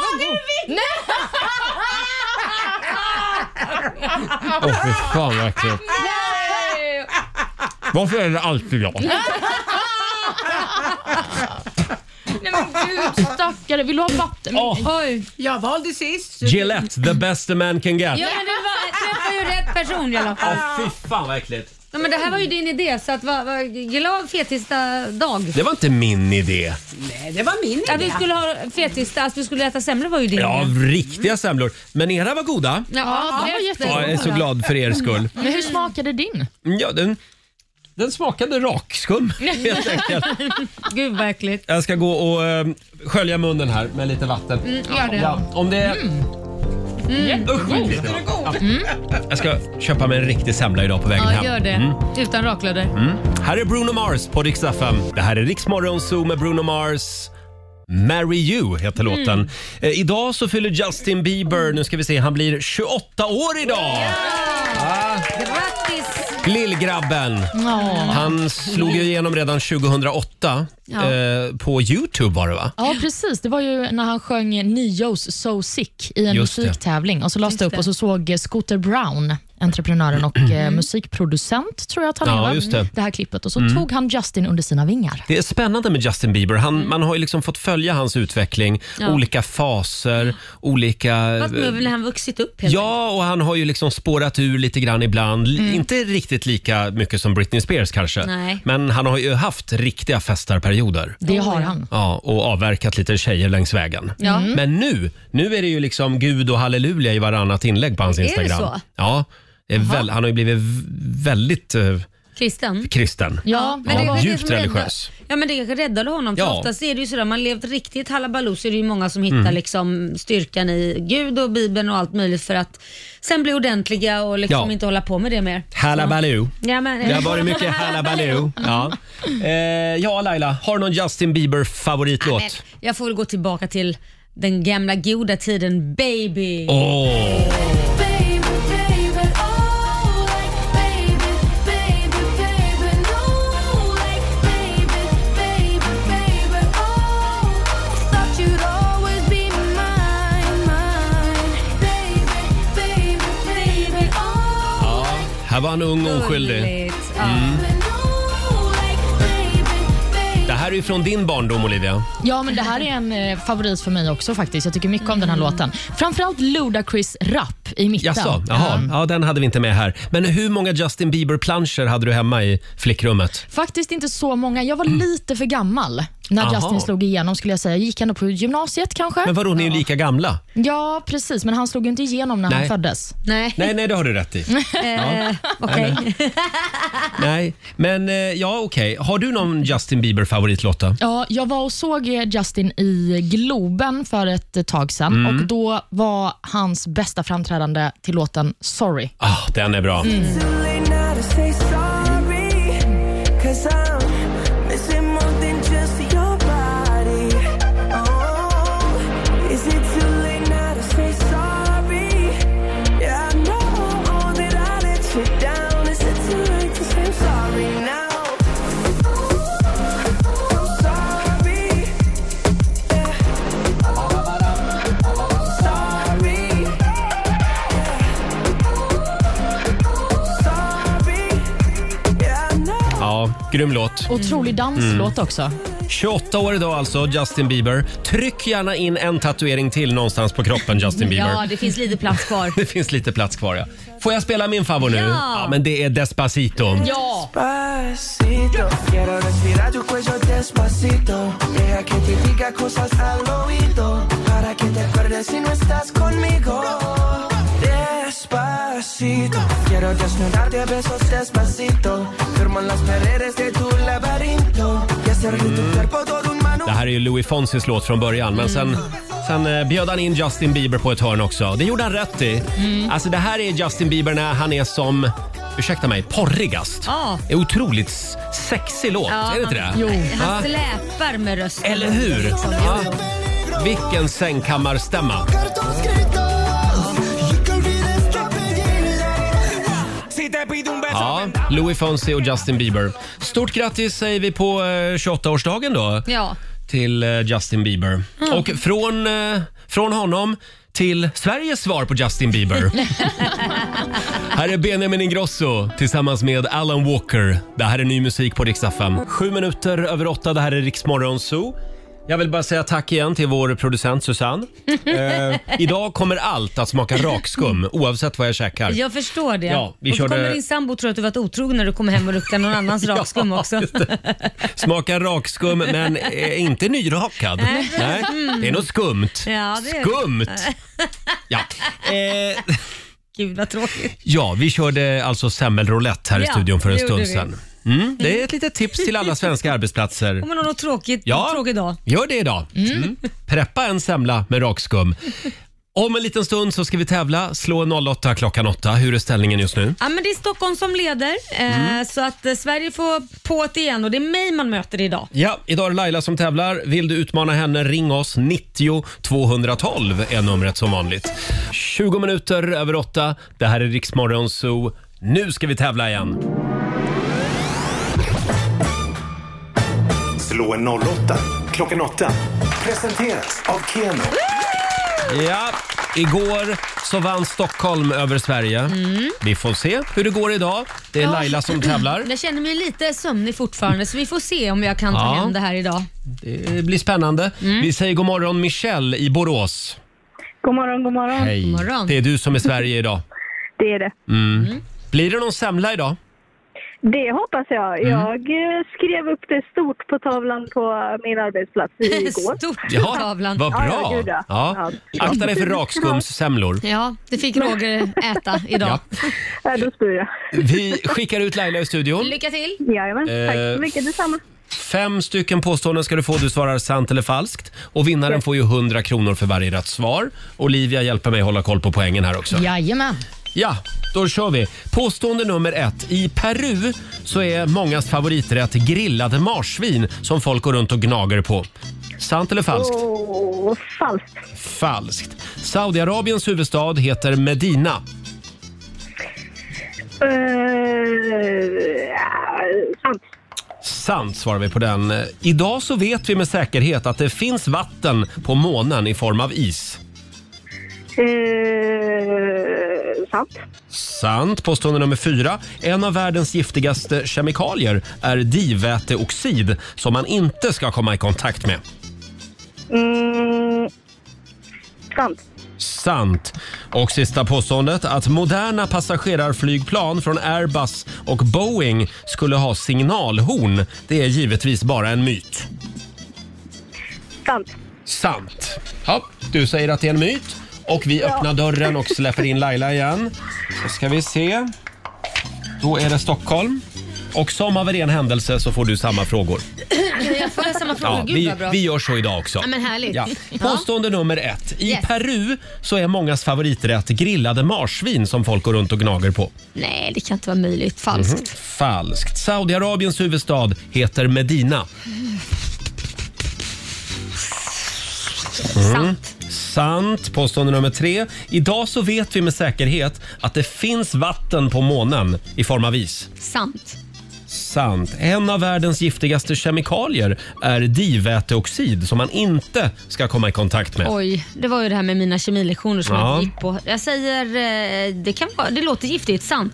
Åh, fy fan vad äckligt. Varför är det alltid jag? Nej men gud, stackare. Vill du ha vatten? Åh. Oj. Jag valde sist. Gillette, the best a man can get. Ja, men det var, träffade ju rätt person i alla fall. Åh, fy fan vad äckligt. Ja, men det här var ju din idé, så att var, var glad fetista dag. Det var inte min idé. Nej, det var min idé. Att vi skulle ha fetista, att vi skulle äta semlor var ju din Ja, idé. riktiga semlor. Men era var goda. Ja, det var jättegoda. Ja, jag är så glad för er skull. Men hur smakade din? Ja, den, den smakade rakskum helt enkelt. Gud vad äckligt. Jag ska gå och uh, skölja munnen här med lite vatten. Mm, gör det. Ja, om det är... Mm. Usch, vad äckligt det var. Ja. Jag ska köpa mig en riktig semla idag på vägen Ja, hem. gör det. Mm. Utan raklödder. Mm. Här är Bruno Mars på Rix F M. Det här är Rix Morgon Zoo med Bruno Mars. Marry You heter Mm. låten. Eh, idag så fyller Justin Bieber, nu ska vi se, han blir tjugoåtta år idag. Ah, Grattis! lillgrabben. Ja. Han slog ju igenom redan tjugohundraåtta Ja. eh, på YouTube var det va? Ja, precis. Det var ju när han sjöng Nios So Sick i en Just det. musiktävling. Och så lades det upp det. och så såg Scooter Brown, entreprenören och eh, musikproducent, tror jag att han Ja, är, va? just det. det här klippet. Och så tog han Justin under sina vingar. Det är spännande med Justin Bieber. Han, Man har ju liksom fått följa hans utveckling, Ja. olika faser, olika... Fast nu har väl han vuxit upp helt Ja, och han har ju liksom spårat ur lite grann ibland. L- Inte riktigt lika mycket som Britney Spears kanske. Nej. Men han har ju haft riktiga festarperioder. Det Oh, har ja. han. Ja, och avverkat lite tjejer längs vägen. Ja. Men nu, nu är det ju liksom Gud och halleluja i varannat inlägg på hans Är det Instagram. så? Ja, det är väl, han har ju blivit v- väldigt eh, Kristen. kristen. Ja, men det Ja, är det djupt som räddar- religiös. Ja, men det kanske räddade honom. För Ja. oftast är det ju sådär, man levt riktigt halabaloo så är det ju många som hittar Mm. liksom styrkan i Gud och Bibeln och allt möjligt för att sen bli ordentliga och liksom Ja. inte hålla på med det mer. Halabaloo. Ja, men, Det har varit mycket halabaloo. Ja. Eh, ja, Laila, har du någon Justin Bieber favoritlåt? Men jag får väl gå tillbaka till den gamla goda tiden, Baby. Åh! Ja, här var han ung och oskyldig. Gulligt. Ja. Mm. Det här är ju från din barndom, Olivia. Ja, men det här är en eh, favorit för mig också faktiskt. Jag tycker mycket om den här låten. Framförallt Ludacris rap i mitten. Jaså, jaha. Mm. Ja, den hade vi inte med här. Men hur många Justin Bieber-planscher hade du hemma i flickrummet? Faktiskt inte så många. Jag var lite för gammal när Aha. Justin slog igenom, skulle jag säga. Gick ändå på gymnasiet kanske? Men vadå, ni är ju lika gamla. Ja, precis. Men han slog ju inte igenom när Nej. han föddes. Nej. Nej, nej, det har du rätt i. Eh, Okej. Nej, men eh, ja, okej. Har du någon Justin Bieber-favoritlåt då? Ja, jag var och såg eh, Justin i Globen för ett eh, tag sedan Mm. och då var hans bästa framträdande till låten Sorry. Ah, den är bra. Mm. Ja, grym låt. Otrolig danslåt också. tjugoåtta år idag alltså, Justin Bieber. Tryck gärna in en tatuering till någonstans på kroppen, Justin Bieber. Ja, det finns lite plats kvar. Det finns lite plats kvar, ja. Får jag spela min favor nu? Ja. Ja, men det är Despacito. Ja! Despacito, quiero respirar tu cuello despacito. Deja que te diga cosas al oído, para que te acuerdes si no estás conmigo. Despacito, quiero desnudarte a besos despacito. Firmo las paredes de tu laberinto y hacer de tu cuerpo todo un mano. Det här är ju Louis Fonsis låt från början, men sen, sen eh, bjöd han in Justin Bieber på ett hörn också. Det gjorde han rätt i. Mm. Alltså det här är Justin Bieber när han är som, ursäkta mig, porrigast. Ja. Det är otroligt sexig låt, Ja, är det inte det? Jo. Ja. Han släpar med rösten. Eller hur? Liksom. Ja. Vilken sängkammarstämma. Ja, Louis Fonsi och Justin Bieber. Stort grattis säger vi på eh, tjugoåttaårsdagen då. Ja. Till eh, Justin Bieber. Mm. Och från, eh, från honom till Sveriges svar på Justin Bieber. Här är Benjamin Ingrosso tillsammans med Alan Walker. Det här är ny musik på Rix F M. Sju minuter över åtta, det här är Rix Morgon Zoo. Jag vill bara säga tack igen till vår producent Susanne. Eh, idag kommer allt att smaka rakskum oavsett vad jag käkar. Jag förstår det. Ja, vi och så körde- kommer din sambo tro att du varit otrogen när du kommer hem och luktar någon annans rakskum också. Smaka rakskum men eh, inte nyrakad. Nej. Nej, det är något skumt. Ja, det är det. Skumt! Ja. Eh, Gud vad tråkigt. ja, vi körde alltså semmelroulette här i Ja, studion för en det gjorde stund vi. sedan. Mm, det är ett litet tips till alla svenska arbetsplatser. Om man har något tråkigt, Ja. tråkig dag. Gör det idag. Mm. Preppa en semla med rakskum. Om en liten stund så ska vi tävla. Slå noll åtta klockan åtta. Hur är ställningen just nu? Ja, men det är Stockholm som leder, eh, så att eh, Sverige får på det igen och det är mig man möter idag. Ja, idag är det Laila som tävlar. Vill du utmana henne, ring oss. nittio tvåhundratolv är numret som vanligt. tjugo minuter över åtta. Det här är Rix Morgon Zoo. Nu ska vi tävla igen. Slå en noll åtta klockan åtta. Presenteras av Keno. Ja, igår så vann Stockholm över Sverige. Mm. Vi får se hur det går idag. Det är Ja. Laila som tävlar. Jag känner mig lite sömnig fortfarande så vi får se om jag kan ta Ja. hem det här idag. Det blir spännande. Mm. Vi säger god morgon Michelle i Borås. God morgon, god morgon. Hej. God morgon. Det är du som är Sverige idag. Det är det. Mm. Blir det någon semla idag? Det hoppas jag. Mm. Jag eh, skrev upp det stort på tavlan på min arbetsplats igår. Stort på Ja, tavlan. vad bra. Ja, ja, gud, ja. Ja. Ja. Akta dig för rakskumssemlor. Ja, det fick Roger äta idag. Ja. Ja, då spyr jag. Vi skickar ut Laila i studion. Lycka till. Jajamän, tack Eh, så mycket. Detsamma. Fem stycken påståenden ska du få. Du svarar sant eller falskt. Och vinnaren får ju hundra kronor för varje rätt svar. Olivia hjälper mig hålla koll på poängen här också. Jajamän. Ja, då kör vi. Påstående nummer ett. I Peru så är mångas favoriträtt grillade marsvin som folk går runt och gnager på. Sant eller falskt? Åh, falskt. Falskt. Saudiarabiens huvudstad heter Medina. Uh, sant. Sant svarar vi på den. Idag så vet vi med säkerhet att det finns vatten på månen i form av is. Uh, sant. Sant. Påstående nummer fyra. En av världens giftigaste kemikalier är diväteoxid som man inte ska komma i kontakt med. Mm, sant. Sant. Och sista påståendet att moderna passagerarflygplan från Airbus och Boeing skulle ha signalhorn. Det är givetvis bara en myt. Sant. Sant. Ja, du säger att det är en myt. Och vi öppnar dörren och släpper in Laila igen. Så ska vi se. Då är det Stockholm. Och som av en ren händelse så får du samma frågor. Jag får samma fråga. Ja, Gud vi, vad bra. vi gör så idag också. Ja, men härligt. Ja. Påstående nummer ett. I Yes. Peru så är mångas favoriträtt grillade marsvin som folk går runt och gnager på. Nej, det kan inte vara möjligt. Falskt. Mhm. Falskt. Saudiarabiens huvudstad heter Medina. Mm. Sant. Sant. Påstående nummer tre. Idag så vet vi med säkerhet att det finns vatten på månen i form av is. Sant. Sant. En av världens giftigaste kemikalier är diväteoxid som man inte ska komma i kontakt med. Oj, det var ju det här med mina kemilektioner som Ja. jag gick på. Jag säger, eh, det, kan vara, det låter giftigt. Sant.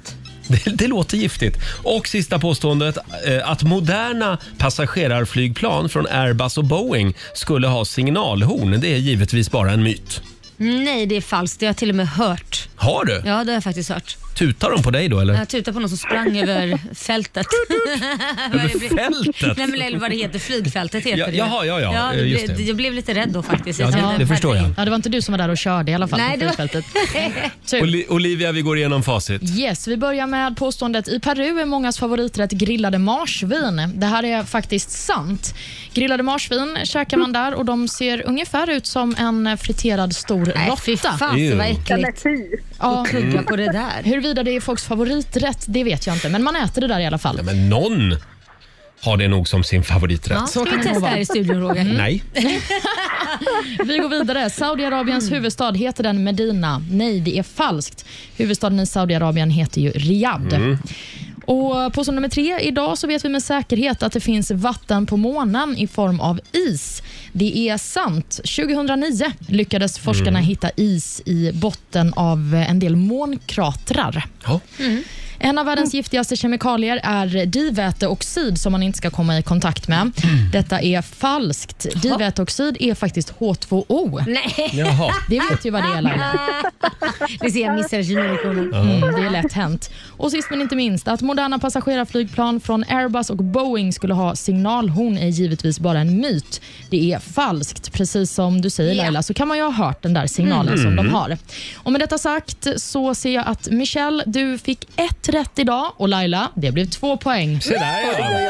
Det, det låter giftigt. Och sista påståendet, eh, att moderna passagerarflygplan från Airbus och Boeing skulle ha signalhorn. Det är givetvis bara en myt. Nej, det är falskt. Det har jag till och med hört. Har du? Ja, det har jag faktiskt hört. Tutar de på dig då eller? Jag tutade på någon som sprang över fältet. Över fältet? Nej, men eller vad det heter, flygfältet heter Ja, det. jaha, ja, ja, ja just det. det. Jag blev lite rädd då faktiskt. Ja, det, Jag det förstår jag. Ja, det var inte du som var där och körde i alla fall. Nej, på det var... flygfältet. Oli- Olivia, vi går igenom facit. Yes, vi börjar med påståendet. I Peru är mångas favoriträtt grillade marsvin. Det här är faktiskt sant. Grillade marsvin käkar man där och de ser ungefär ut som en friterad stor Nej, råtta. fy fan, det var äckligt. Ja. Och kugga på det där. Huruvida det är folks favoriträtt, det vet jag inte. Men man äter det där i alla fall. Ja, men någon har det nog som sin favoriträtt. Ja, ska vi testa här i studion, Roger? Mm. Nej. Vi går vidare. Saudiarabiens huvudstad, heter den Medina? Nej, det är falskt. Huvudstaden i Saudiarabien heter ju Riyadh. Mm. Och på som nummer tre, idag så vet vi med säkerhet att det finns vatten på månen i form av is. Det är sant. tjugohundranio lyckades forskarna mm. hitta is i botten av en del månkratrar. Ja. Mm. En av världens giftigaste kemikalier är diväteoxid som man inte ska komma i kontakt med. Mm. Detta är falskt. Diväteoxid är faktiskt H två O. Nej. Jaha. Det vet ju vad det är, Laila. Det ser jag missar kemilektionen. Mm, det är lätt hänt. Och sist men inte minst, att moderna passagerarflygplan från Airbus och Boeing skulle ha signalhorn är givetvis bara en myt. Det är falskt. Precis som du säger, Laila, så kan man ju ha hört den där signalen mm. som de har. Och med detta sagt så ser jag att Michelle, du fick ett rätt idag och Laila, det blev två poäng. Se där, ja.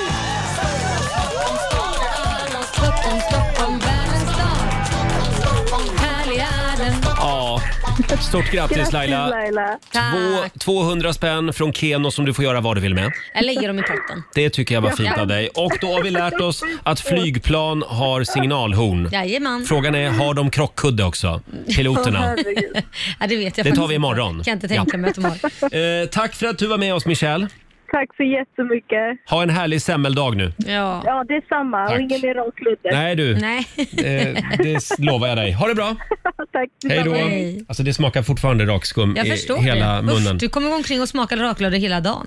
Ja, stort grattis Laila. Två, tvåhundra spänn från Keno som du får göra vad du vill med. Jag lägger dem i potten. Det tycker jag var fint av dig. Och då har vi lärt oss att flygplan har signalhorn. Jajamän. Frågan är, har de krockkudde också? Piloterna. Ja, det vet jag. Det tar vi imorgon. Kan inte tänka mig att de har. Eh, tack för att du var med oss, Michelle. Tack så jättemycket. Ha en härlig semmeldag nu. Ja, ja det är samma. Tack. Och ingen mer omkludder. Nej du, Nej. Eh, det lovar jag dig. Ha det bra. Tack. Hej då. Hej. Alltså det smakar fortfarande rakskum Jag i förstår hela det. munnen. Usch, du kommer gå omkring och smaka raklödder hela dagen.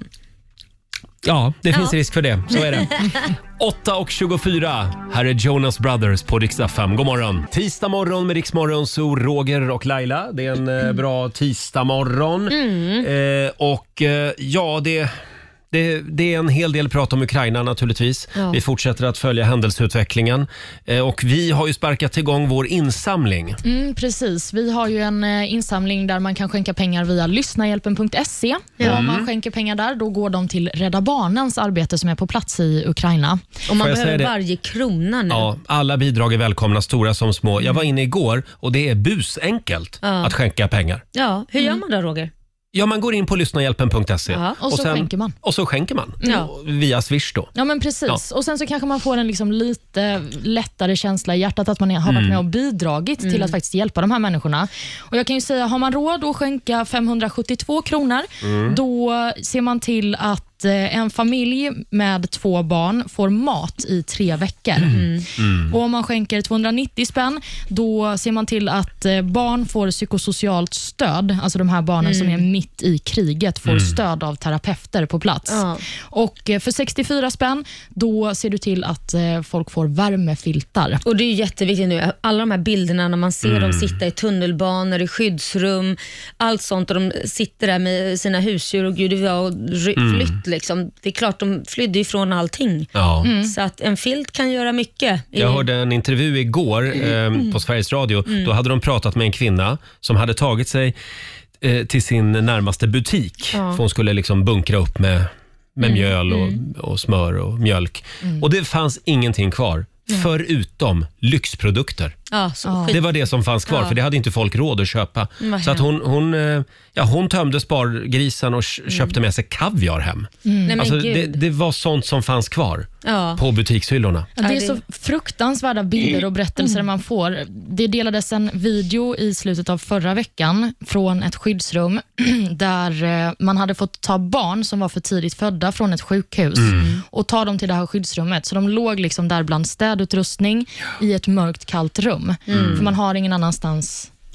Ja, det finns Ja. risk för det. Så är det. åtta och tjugofyra. Här är Jonas Brothers på Rix F M. God morgon. Tisdag morgon med Rix Morgon, så Roger och Laila. Det är en eh, bra tisdag morgon. Mm. Eh, och eh, ja, det... Det, det är en hel del prat om Ukraina naturligtvis. Ja. Vi fortsätter att följa händelseutvecklingen. Eh, och vi har ju sparkat igång vår insamling. Mm, precis. Vi har ju en eh, insamling där man kan skänka pengar via lyssnahjälpen punkt se. Ja. Om man skänker pengar där, då går de till Rädda Barnens arbete som är på plats i Ukraina. Och man Får jag säga behöver det? varje krona nu. Ja, alla bidrag är välkomna, stora som små. Jag var inne igår och det är busenkelt Ja. att skänka pengar. Ja, hur gör man då, Roger? Ja, man går in på lyssnahjälpen punkt se Ja, och så skänker man. Och så skänker man. Ja. Via Swish då. Ja, men precis. Och sen så kanske man får en liksom lite lättare känsla i hjärtat att man har varit med och bidragit till att faktiskt hjälpa de här människorna. Och jag kan ju säga, har man råd att skänka femhundrasjuttiotvå kronor, då ser man till att en familj med två barn får mat i tre veckor. Mm. Mm. Och om man skänker tvåhundranittio spänn, då ser man till att barn får psykosocialt stöd. Alltså de här barnen Mm. som är mitt i kriget får stöd av terapeuter på plats. Ja. Och för sextiofyra spänn, då ser du till att folk får värmefiltar. Och det är ju jätteviktigt nu. Alla de här bilderna när man ser dem sitta i tunnelbanor, i skyddsrum, allt sånt, och de sitter där med sina husdjur och gud och ry- flytt liksom. Det är klart, de flydde ifrån allting. Ja. Så att en filt kan göra mycket. I... Jag hörde en intervju igår eh, på Sveriges Radio. Då hade de pratat med en kvinna som hade tagit sig eh, till sin närmaste butik. Ja. För hon skulle liksom bunkra upp med, med Mm. mjöl och, och smör och mjölk. Och det fanns ingenting kvar. Förutom lyxprodukter. Ja, så Ja. skit. Det var det som fanns kvar, Ja. för det hade inte folk råd att köpa. Vad Så att hon, hon, eh, ja, hon tömde spargrisen och k- köpte med sig kaviar hem. Nej, men Alltså, gud. det, det var sånt som fanns kvar Ja. på butikshyllorna. Ja, det är Ja, det- så fruktansvärda bilder och berättelser man får. Det delades en video i slutet av förra veckan från ett skyddsrum där eh, man hade fått ta barn som var för tidigt födda från ett sjukhus och ta dem till det här skyddsrummet. Så de låg liksom där bland städutrustning i ett mörkt, kallt rum. För man har ingen annanstans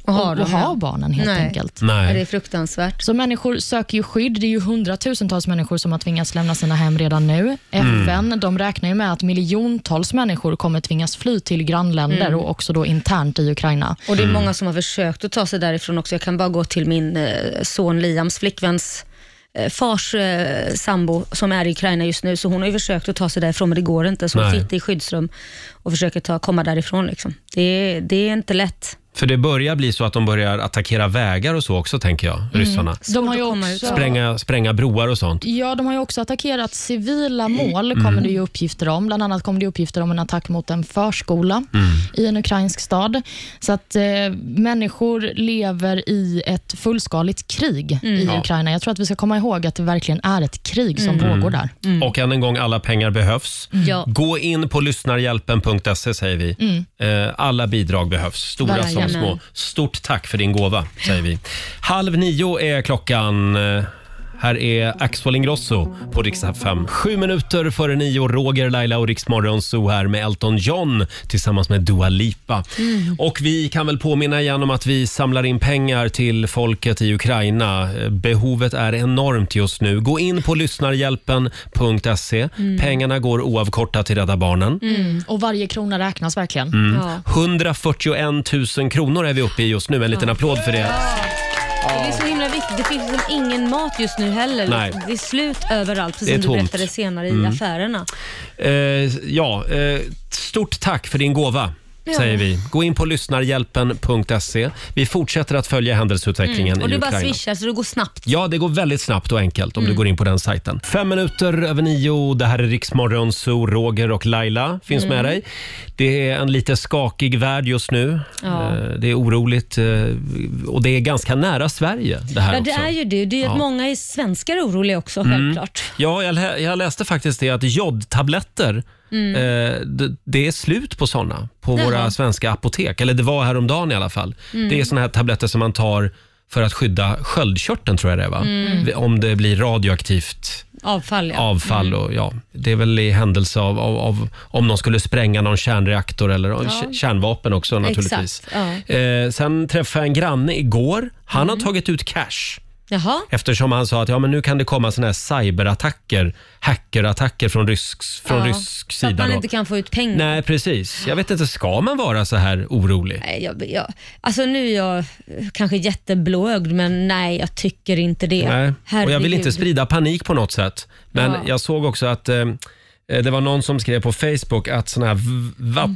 Och ha och, och dem, ha ja. barnen helt Nej. enkelt. Nej. Ja, det är fruktansvärt. Så människor söker ju skydd. Det är ju hundratusentals människor som har tvingats lämna sina hem redan nu. Mm. F N de räknar ju med att miljontals människor kommer tvingas fly till grannländer Mm. och också då internt i Ukraina. Och det är många som har försökt att ta sig därifrån också. Jag kan bara gå till min eh, son Liams flickväns eh, fars eh, sambo som är i Ukraina just nu. Så hon har ju försökt att ta sig därifrån, men det går inte. Så hon Nej. sitter i skyddsrum och försöker ta, komma därifrån. Liksom. Det, är, det är inte lätt. För det börjar bli så att de börjar attackera vägar och så också, tänker jag, ryssarna. De har ju komma också, Spränga, spränga broar och sånt. ja, de har ju också attackerat civila mål, kommer det ju uppgifter om. Bland annat kommer det uppgifter om en attack mot en förskola i en ukrainsk stad. Så att eh, människor lever i ett fullskaligt krig i Ja. Ukraina. Jag tror att vi ska komma ihåg att det verkligen är ett krig som pågår där. Och än en gång, alla pengar behövs. Ja. Gå in på lyssnarhjälpen punkt se säger vi. Eh, alla bidrag behövs, stora som Jajamän. små. Stort tack för din gåva, säger vi. Halv nio är klockan. Eh, Här är Axel Ingrosso på Rix F M. Sju minuter före nio, Roger, Laila och Rix Morgon Zoo här med Elton John tillsammans med Dua Lipa. Mm. Och vi kan väl påminna igen om att vi samlar in pengar till folket i Ukraina. Behovet är enormt just nu. Gå in på lyssnarhjälpen punkt se. Mm. Pengarna går oavkortat till Rädda Barnen. Mm. Och varje krona räknas verkligen. Mm. Ja. hundrafyrtioen tusen kronor är vi uppe i just nu. En liten Ja. applåd för det. Det är så himla viktigt. Det finns liksom ingen mat just nu heller. Nej. Det är slut överallt, precis Det är som du tomt. berättade senare Mm. i affärerna. Eh, ja, eh, stort tack för din gåva. Ja. Säger vi. Gå in på lyssnarhjälpen punkt se. Vi fortsätter att följa händelseutvecklingen Mm. Och i det är bara Ukraina. swishar så det går snabbt. Ja, det går väldigt snabbt och enkelt om Mm. du går in på den sajten. Fem minuter över nio. Det här är Rix Morgon Zoo. Roger och Laila finns Mm. med dig. Det är en lite skakig värld just nu. Ja. Eh, Det är oroligt eh, och det är ganska nära Sverige det här Ja, det också. är ju det. Det är ju Ja. att många är svenskar oroliga också, Mm. självklart. Ja, jag, lä- jag läste faktiskt det att jodtabletter, Mm. eh, det, det är slut på såna på Jaha. våra svenska apotek. Eller det var häromdagen i alla fall. Mm. Det är såna här tabletter som man tar för att skydda sköldkörteln, tror jag det är, va? Mm. Om det blir radioaktivt Avfall, ja. avfall. Mm. Och, ja, det är väl i händelse av, av, av om någon skulle spränga någon kärnreaktor eller Ja. k- kärnvapen också naturligtvis. Exakt, ja. Eh, sen träffade jag en granne igår. Han Mm. har tagit ut cash. Jaha. Eftersom han sa att ja, men nu kan det komma såna här cyberattacker, hackerattacker från rysk, från Ja, rysk så att sida. man då. inte kan få ut pengar. Nej, precis. Jag vet inte, ska man vara så här orolig? Nej, jag, jag, alltså nu är jag eh, kanske jätteblåögd, men nej, jag tycker inte det. Nej. Och jag vill Herregud. inte sprida panik på något sätt. Men Ja. jag såg också att eh, det var någon som skrev på Facebook att såna här v-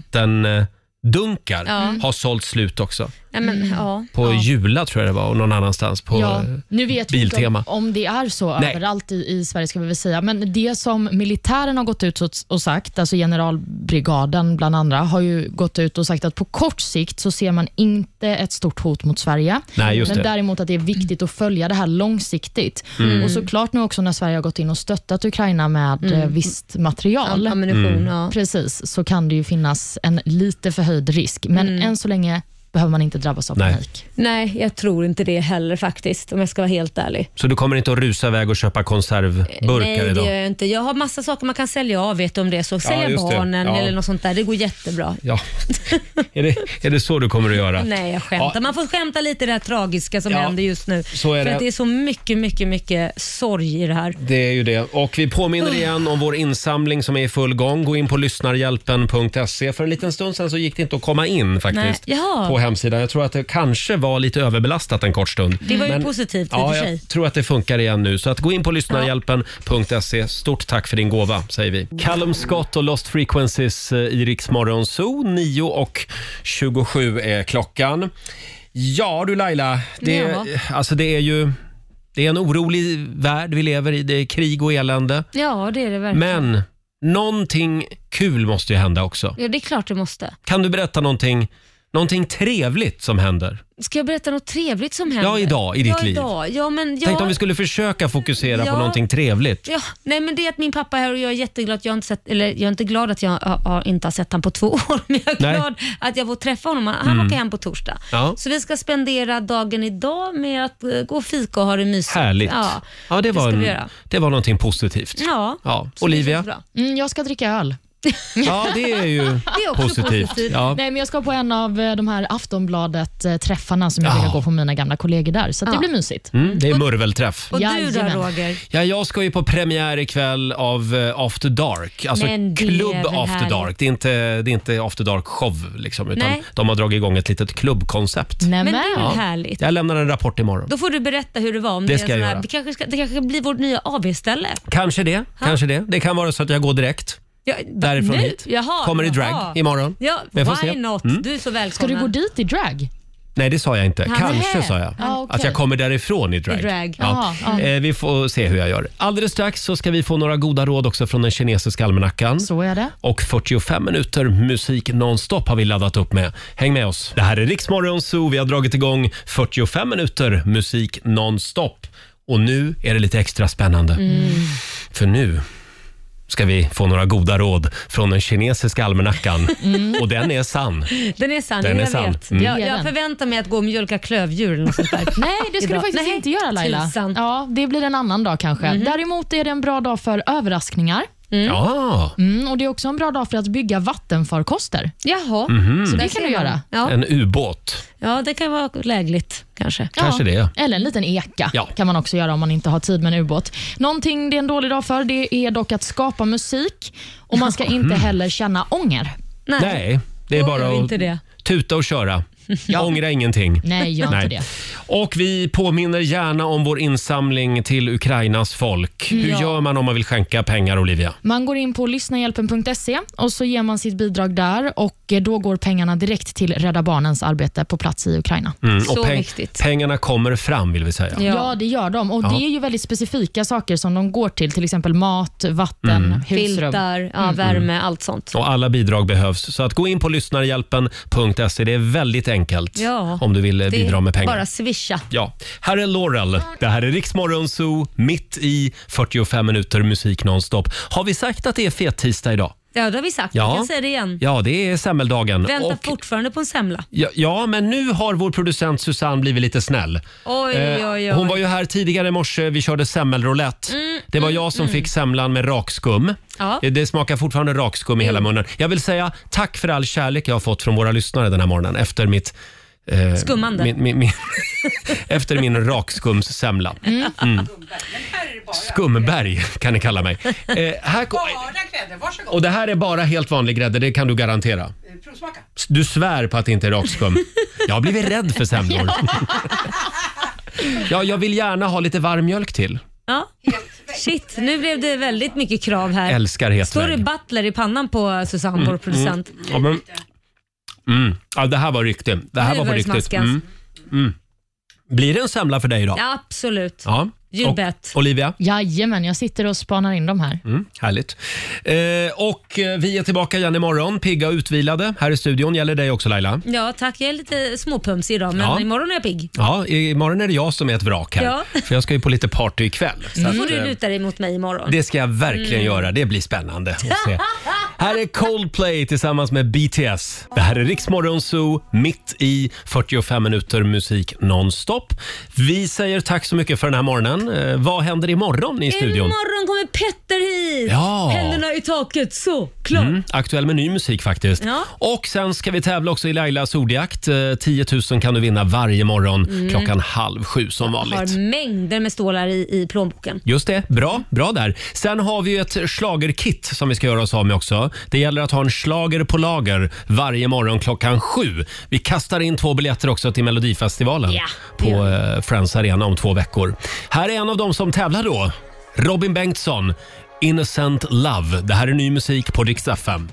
vattendunkar Ja. har sålt slut också. Nej, men, ja. På Jula tror jag det var och någon annanstans på Ja, eh, nu vet vi inte Biltema. om, om det är så Nej. överallt i, i Sverige, ska vi väl säga. Men det som militären har gått ut och, och sagt, alltså generalbrigaden bland andra, har ju gått ut och sagt att på kort sikt så ser man inte ett stort hot mot Sverige. Nej, just men det. däremot att det är viktigt att följa det här långsiktigt. Mm. Och såklart nu också när Sverige har gått in och stöttat Ukraina med Mm. mm. visst material. Am- ammunition, Mm. ja. Precis, så kan det ju finnas en lite förhöjd risk. Men Mm. än så länge behöver man inte drabbas av Nej. panik. Nej, jag tror inte det heller faktiskt, om jag ska vara helt ärlig. Så du kommer inte att rusa iväg och köpa konservburkar Nej, det idag? gör jag inte. Jag har massa saker man kan sälja av, vet du om det är så. Sälja just det. barnen Ja. eller något sånt där. Det går jättebra. Ja. är, det, är det så du kommer att göra? Nej, jag skämtar. Ja. Man får skämta lite i det här tragiska som Ja, händer just nu. så är För det. att det är så mycket, mycket, mycket sorg i det här. Det är ju det. Och vi påminner igen om vår insamling som är i full gång. Gå in på lyssnarhjälpen punkt se. För en liten stund sedan så gick det inte att komma in faktiskt Nej. Jaha. på hemsidan. Jag tror att det kanske var lite överbelastat en kort stund. Det var ju positivt i och ja, för sig. jag tror att det funkar igen nu. Så att gå in på lyssnarhjälpen punkt se. Stort tack för din gåva, säger vi. Callum Scott och Lost Frequencies eh, i Rix Morgon Zoo. nio och tjugosju är klockan. Ja du Laila, det, Ja. alltså det är ju det är en orolig värld vi lever i. Det är krig och elände. Ja, det är det verkligen. Men någonting kul måste ju hända också. Ja, det är klart det måste. Kan du berätta någonting, någonting trevligt som händer? Ska jag berätta något trevligt som händer? Ja, idag i ditt ja, liv. Idag. Ja, men jag... Tänk om vi skulle försöka fokusera Ja. på någonting trevligt. Ja, nej men det är att min pappa är här och jag är jätteglad att jag inte sett, eller jag är inte glad att jag har, har, inte har sett han på två år, men jag är Nej. glad att jag får träffa honom. Han Mm. åker hem på torsdag. Ja. Så vi ska spendera dagen idag med att eh, gå och fika och ha det mysigt. Härligt. Ja, Ja, det, var ska en, vi göra. det var någonting positivt. Ja. Ja. Så det Olivia? känns bra. Mm, jag ska dricka öl. Ja, det är ju Det är också positivt. positivt. Ja. Nej, men jag ska på en av eh, de här Aftonbladet-träffarna som jag Ja. vill gå på med mina gamla kollegor där. Så att det Ja. blir mysigt. Mm, det är murvelträff. Och du då, Jajamän. Roger? Ja, jag ska ju på premiär ikväll av eh, After Dark. Alltså Men det är klubb väl After härligt. Dark. Det är inte, det är inte After Dark show liksom, utan Nej. de har dragit igång ett litet klubbkoncept. Nämen. Men det är väl Ja. härligt? Jag lämnar en rapport imorgon. Då får du berätta hur det var. Om Det är ska en jag sån här- göra. Det kanske, ska, det kanske blir vårt nya A V-ställe. Kanske det, kanske det. Det kan vara så att jag går direkt Ja, därifrån nu? hit. Jaha, Kommer i drag jaha. imorgon. Ja, Men jag why får se. not? Mm. Du är så välkommen. Ska du gå dit i drag? Nej, det sa jag inte. Nej. Kanske sa jag. Ja, okej. Att jag kommer därifrån i drag. I drag. Ja. Jaha, ja. Eh, vi får se hur jag gör. Alldeles strax så ska vi få några goda råd också från den kinesiska almanackan. Så är det. Och fyrtiofem minuter musik nonstop har vi laddat upp med. Häng med oss. Det här är Riksmorgon Zoo. Vi har dragit igång fyrtiofem minuter musik nonstop. Och nu är det lite extra spännande. Mm. För nu ska vi få några goda råd från den kinesiska almanackan. Och den är sann. Den är sann, Den är jag sann. vet. Mm. Jag, Det är jag den. förväntar mig att gå och mjölka klövdjur eller något sånt där. Nej, det ska Idag. du faktiskt Nej, inte göra, Laila. tusan. Ja, det blir en annan dag kanske. Däremot är det en bra dag för överraskningar. Ja, Mm, och det är också en bra dag för att bygga vattenfarkoster. Jaha. Mhm. Så det Där kan ser du man. göra. Ja. en ubåt. ja, det kan vara lägligt kanske. Kanske det. Eller en liten eka Ja. kan man också göra om man inte har tid med en ubåt. Någonting det är en dålig dag för det är dock att skapa musik och man ska inte heller känna ånger. Nej, Nej, det är Då bara gör vi att inte det. tuta och köra. Ångra ingenting. Nej, gör Nej. inte det. Och vi påminner gärna om vår insamling till Ukrainas folk. Hur Ja. gör man om man vill skänka pengar, Olivia? Man går in på lyssnahjälpen punkt se och så ger man sitt bidrag där och då går pengarna direkt till Rädda Barnens arbete på plats i Ukraina. Mm, Så och peng- viktigt. pengarna kommer fram, vill vi säga. Ja. Ja, det gör de. Och Ja. det är ju väldigt specifika saker som de går till. Till exempel mat, vatten, Mm. husrum. Filtar, ja, värme, allt sånt. Och alla bidrag behövs. Så att gå in på lyssnarhjälpen punkt se. Det är väldigt enkelt Ja. om du vill eh, Det bidra är med pengar. bara swisha. Ja, här är Laurel. Det här är Riksmorgon Zoo, mitt i fyrtiofem minuter musik nonstop. Har vi sagt att det är fet tisdag idag? Ja, det har vi sagt. Ja. Jag kan säga det igen. Ja, det är semmeldagen. Väntar Och, fortfarande på en semla. ja, ja, men nu har vår producent Susanne blivit lite snäll. Oj, Eh, oj, oj. Hon var ju här tidigare i morse, vi körde semmelroulette. Mm, det var jag som fick semlan med rakskum. Ja. Eh, Det smakar fortfarande rakskum i hela munnen. Jag vill säga tack för all kärlek jag har fått från våra lyssnare den här morgonen efter mitt eh, Skummande. Min, min, min, efter min rakskumssemla. Mm. Skumberg kan ni kalla mig. Eh, här, ko- Bara grädde, varsågod. och det här är bara helt vanlig grädde, det kan du garantera. Eh, Provsmaka. Du svär på att det inte är rakskum. Jag har blivit rädd för semlor. Ja, jag vill gärna ha lite varm mjölk till. Ja. Shit, nu blev det väldigt mycket krav här. Älskar het Står det vägg. butler i pannan på Susanne, vår producent? Ja, men, mm. Ja, det här var riktigt. Det här Nu var på var det riktigt. smaskas. Mm. Mm. Blir det en semla för dig idag? Ja, absolut. Ja. You Och bet. Olivia? Jajamän, jag sitter och spanar in dem här. Mm, härligt. Eh, och eh, vi är tillbaka igen imorgon, pigga och utvilade. Här i studion gäller dig också, Laila. Ja, tack. Jag är lite småpumsig idag, men Ja. imorgon är jag pigg. Ja, imorgon är det jag som är ett vrak här. Ja. För jag ska ju på lite party ikväll. Så Då att, får du eh, luta dig mot mig imorgon. det ska jag verkligen Mm. göra. Det blir spännande att se. Här är Coldplay tillsammans med B T S. Det här är Riksmorgon Zoo, mitt i fyrtiofem minuter musik nonstop. Vi säger tack så mycket för den här morgonen. Eh, vad händer imorgon i studion? Imorgon kommer Petter hit! Ja. Händerna i taket, så klart. Mm, aktuell med ny musik faktiskt. Ja. Och sen ska vi tävla också i Lailas ordjakt. Eh, tio tusen kan du vinna varje morgon Mm. klockan halv sju som vanligt. Har mängder med stålar i, i plånboken. Just det, bra, bra där. Sen har vi ju ett schlagerkit som vi ska göra oss av med också. Det gäller att ha en schlager på lager varje morgon klockan sju. Vi kastar in två biljetter också till Melodifestivalen Ja, det på gör eh, Friends Arena om två veckor. Här är en av dem som tävlar då. Robin Bengtsson, Innocent Love. Det här är ny musik på Rix F M.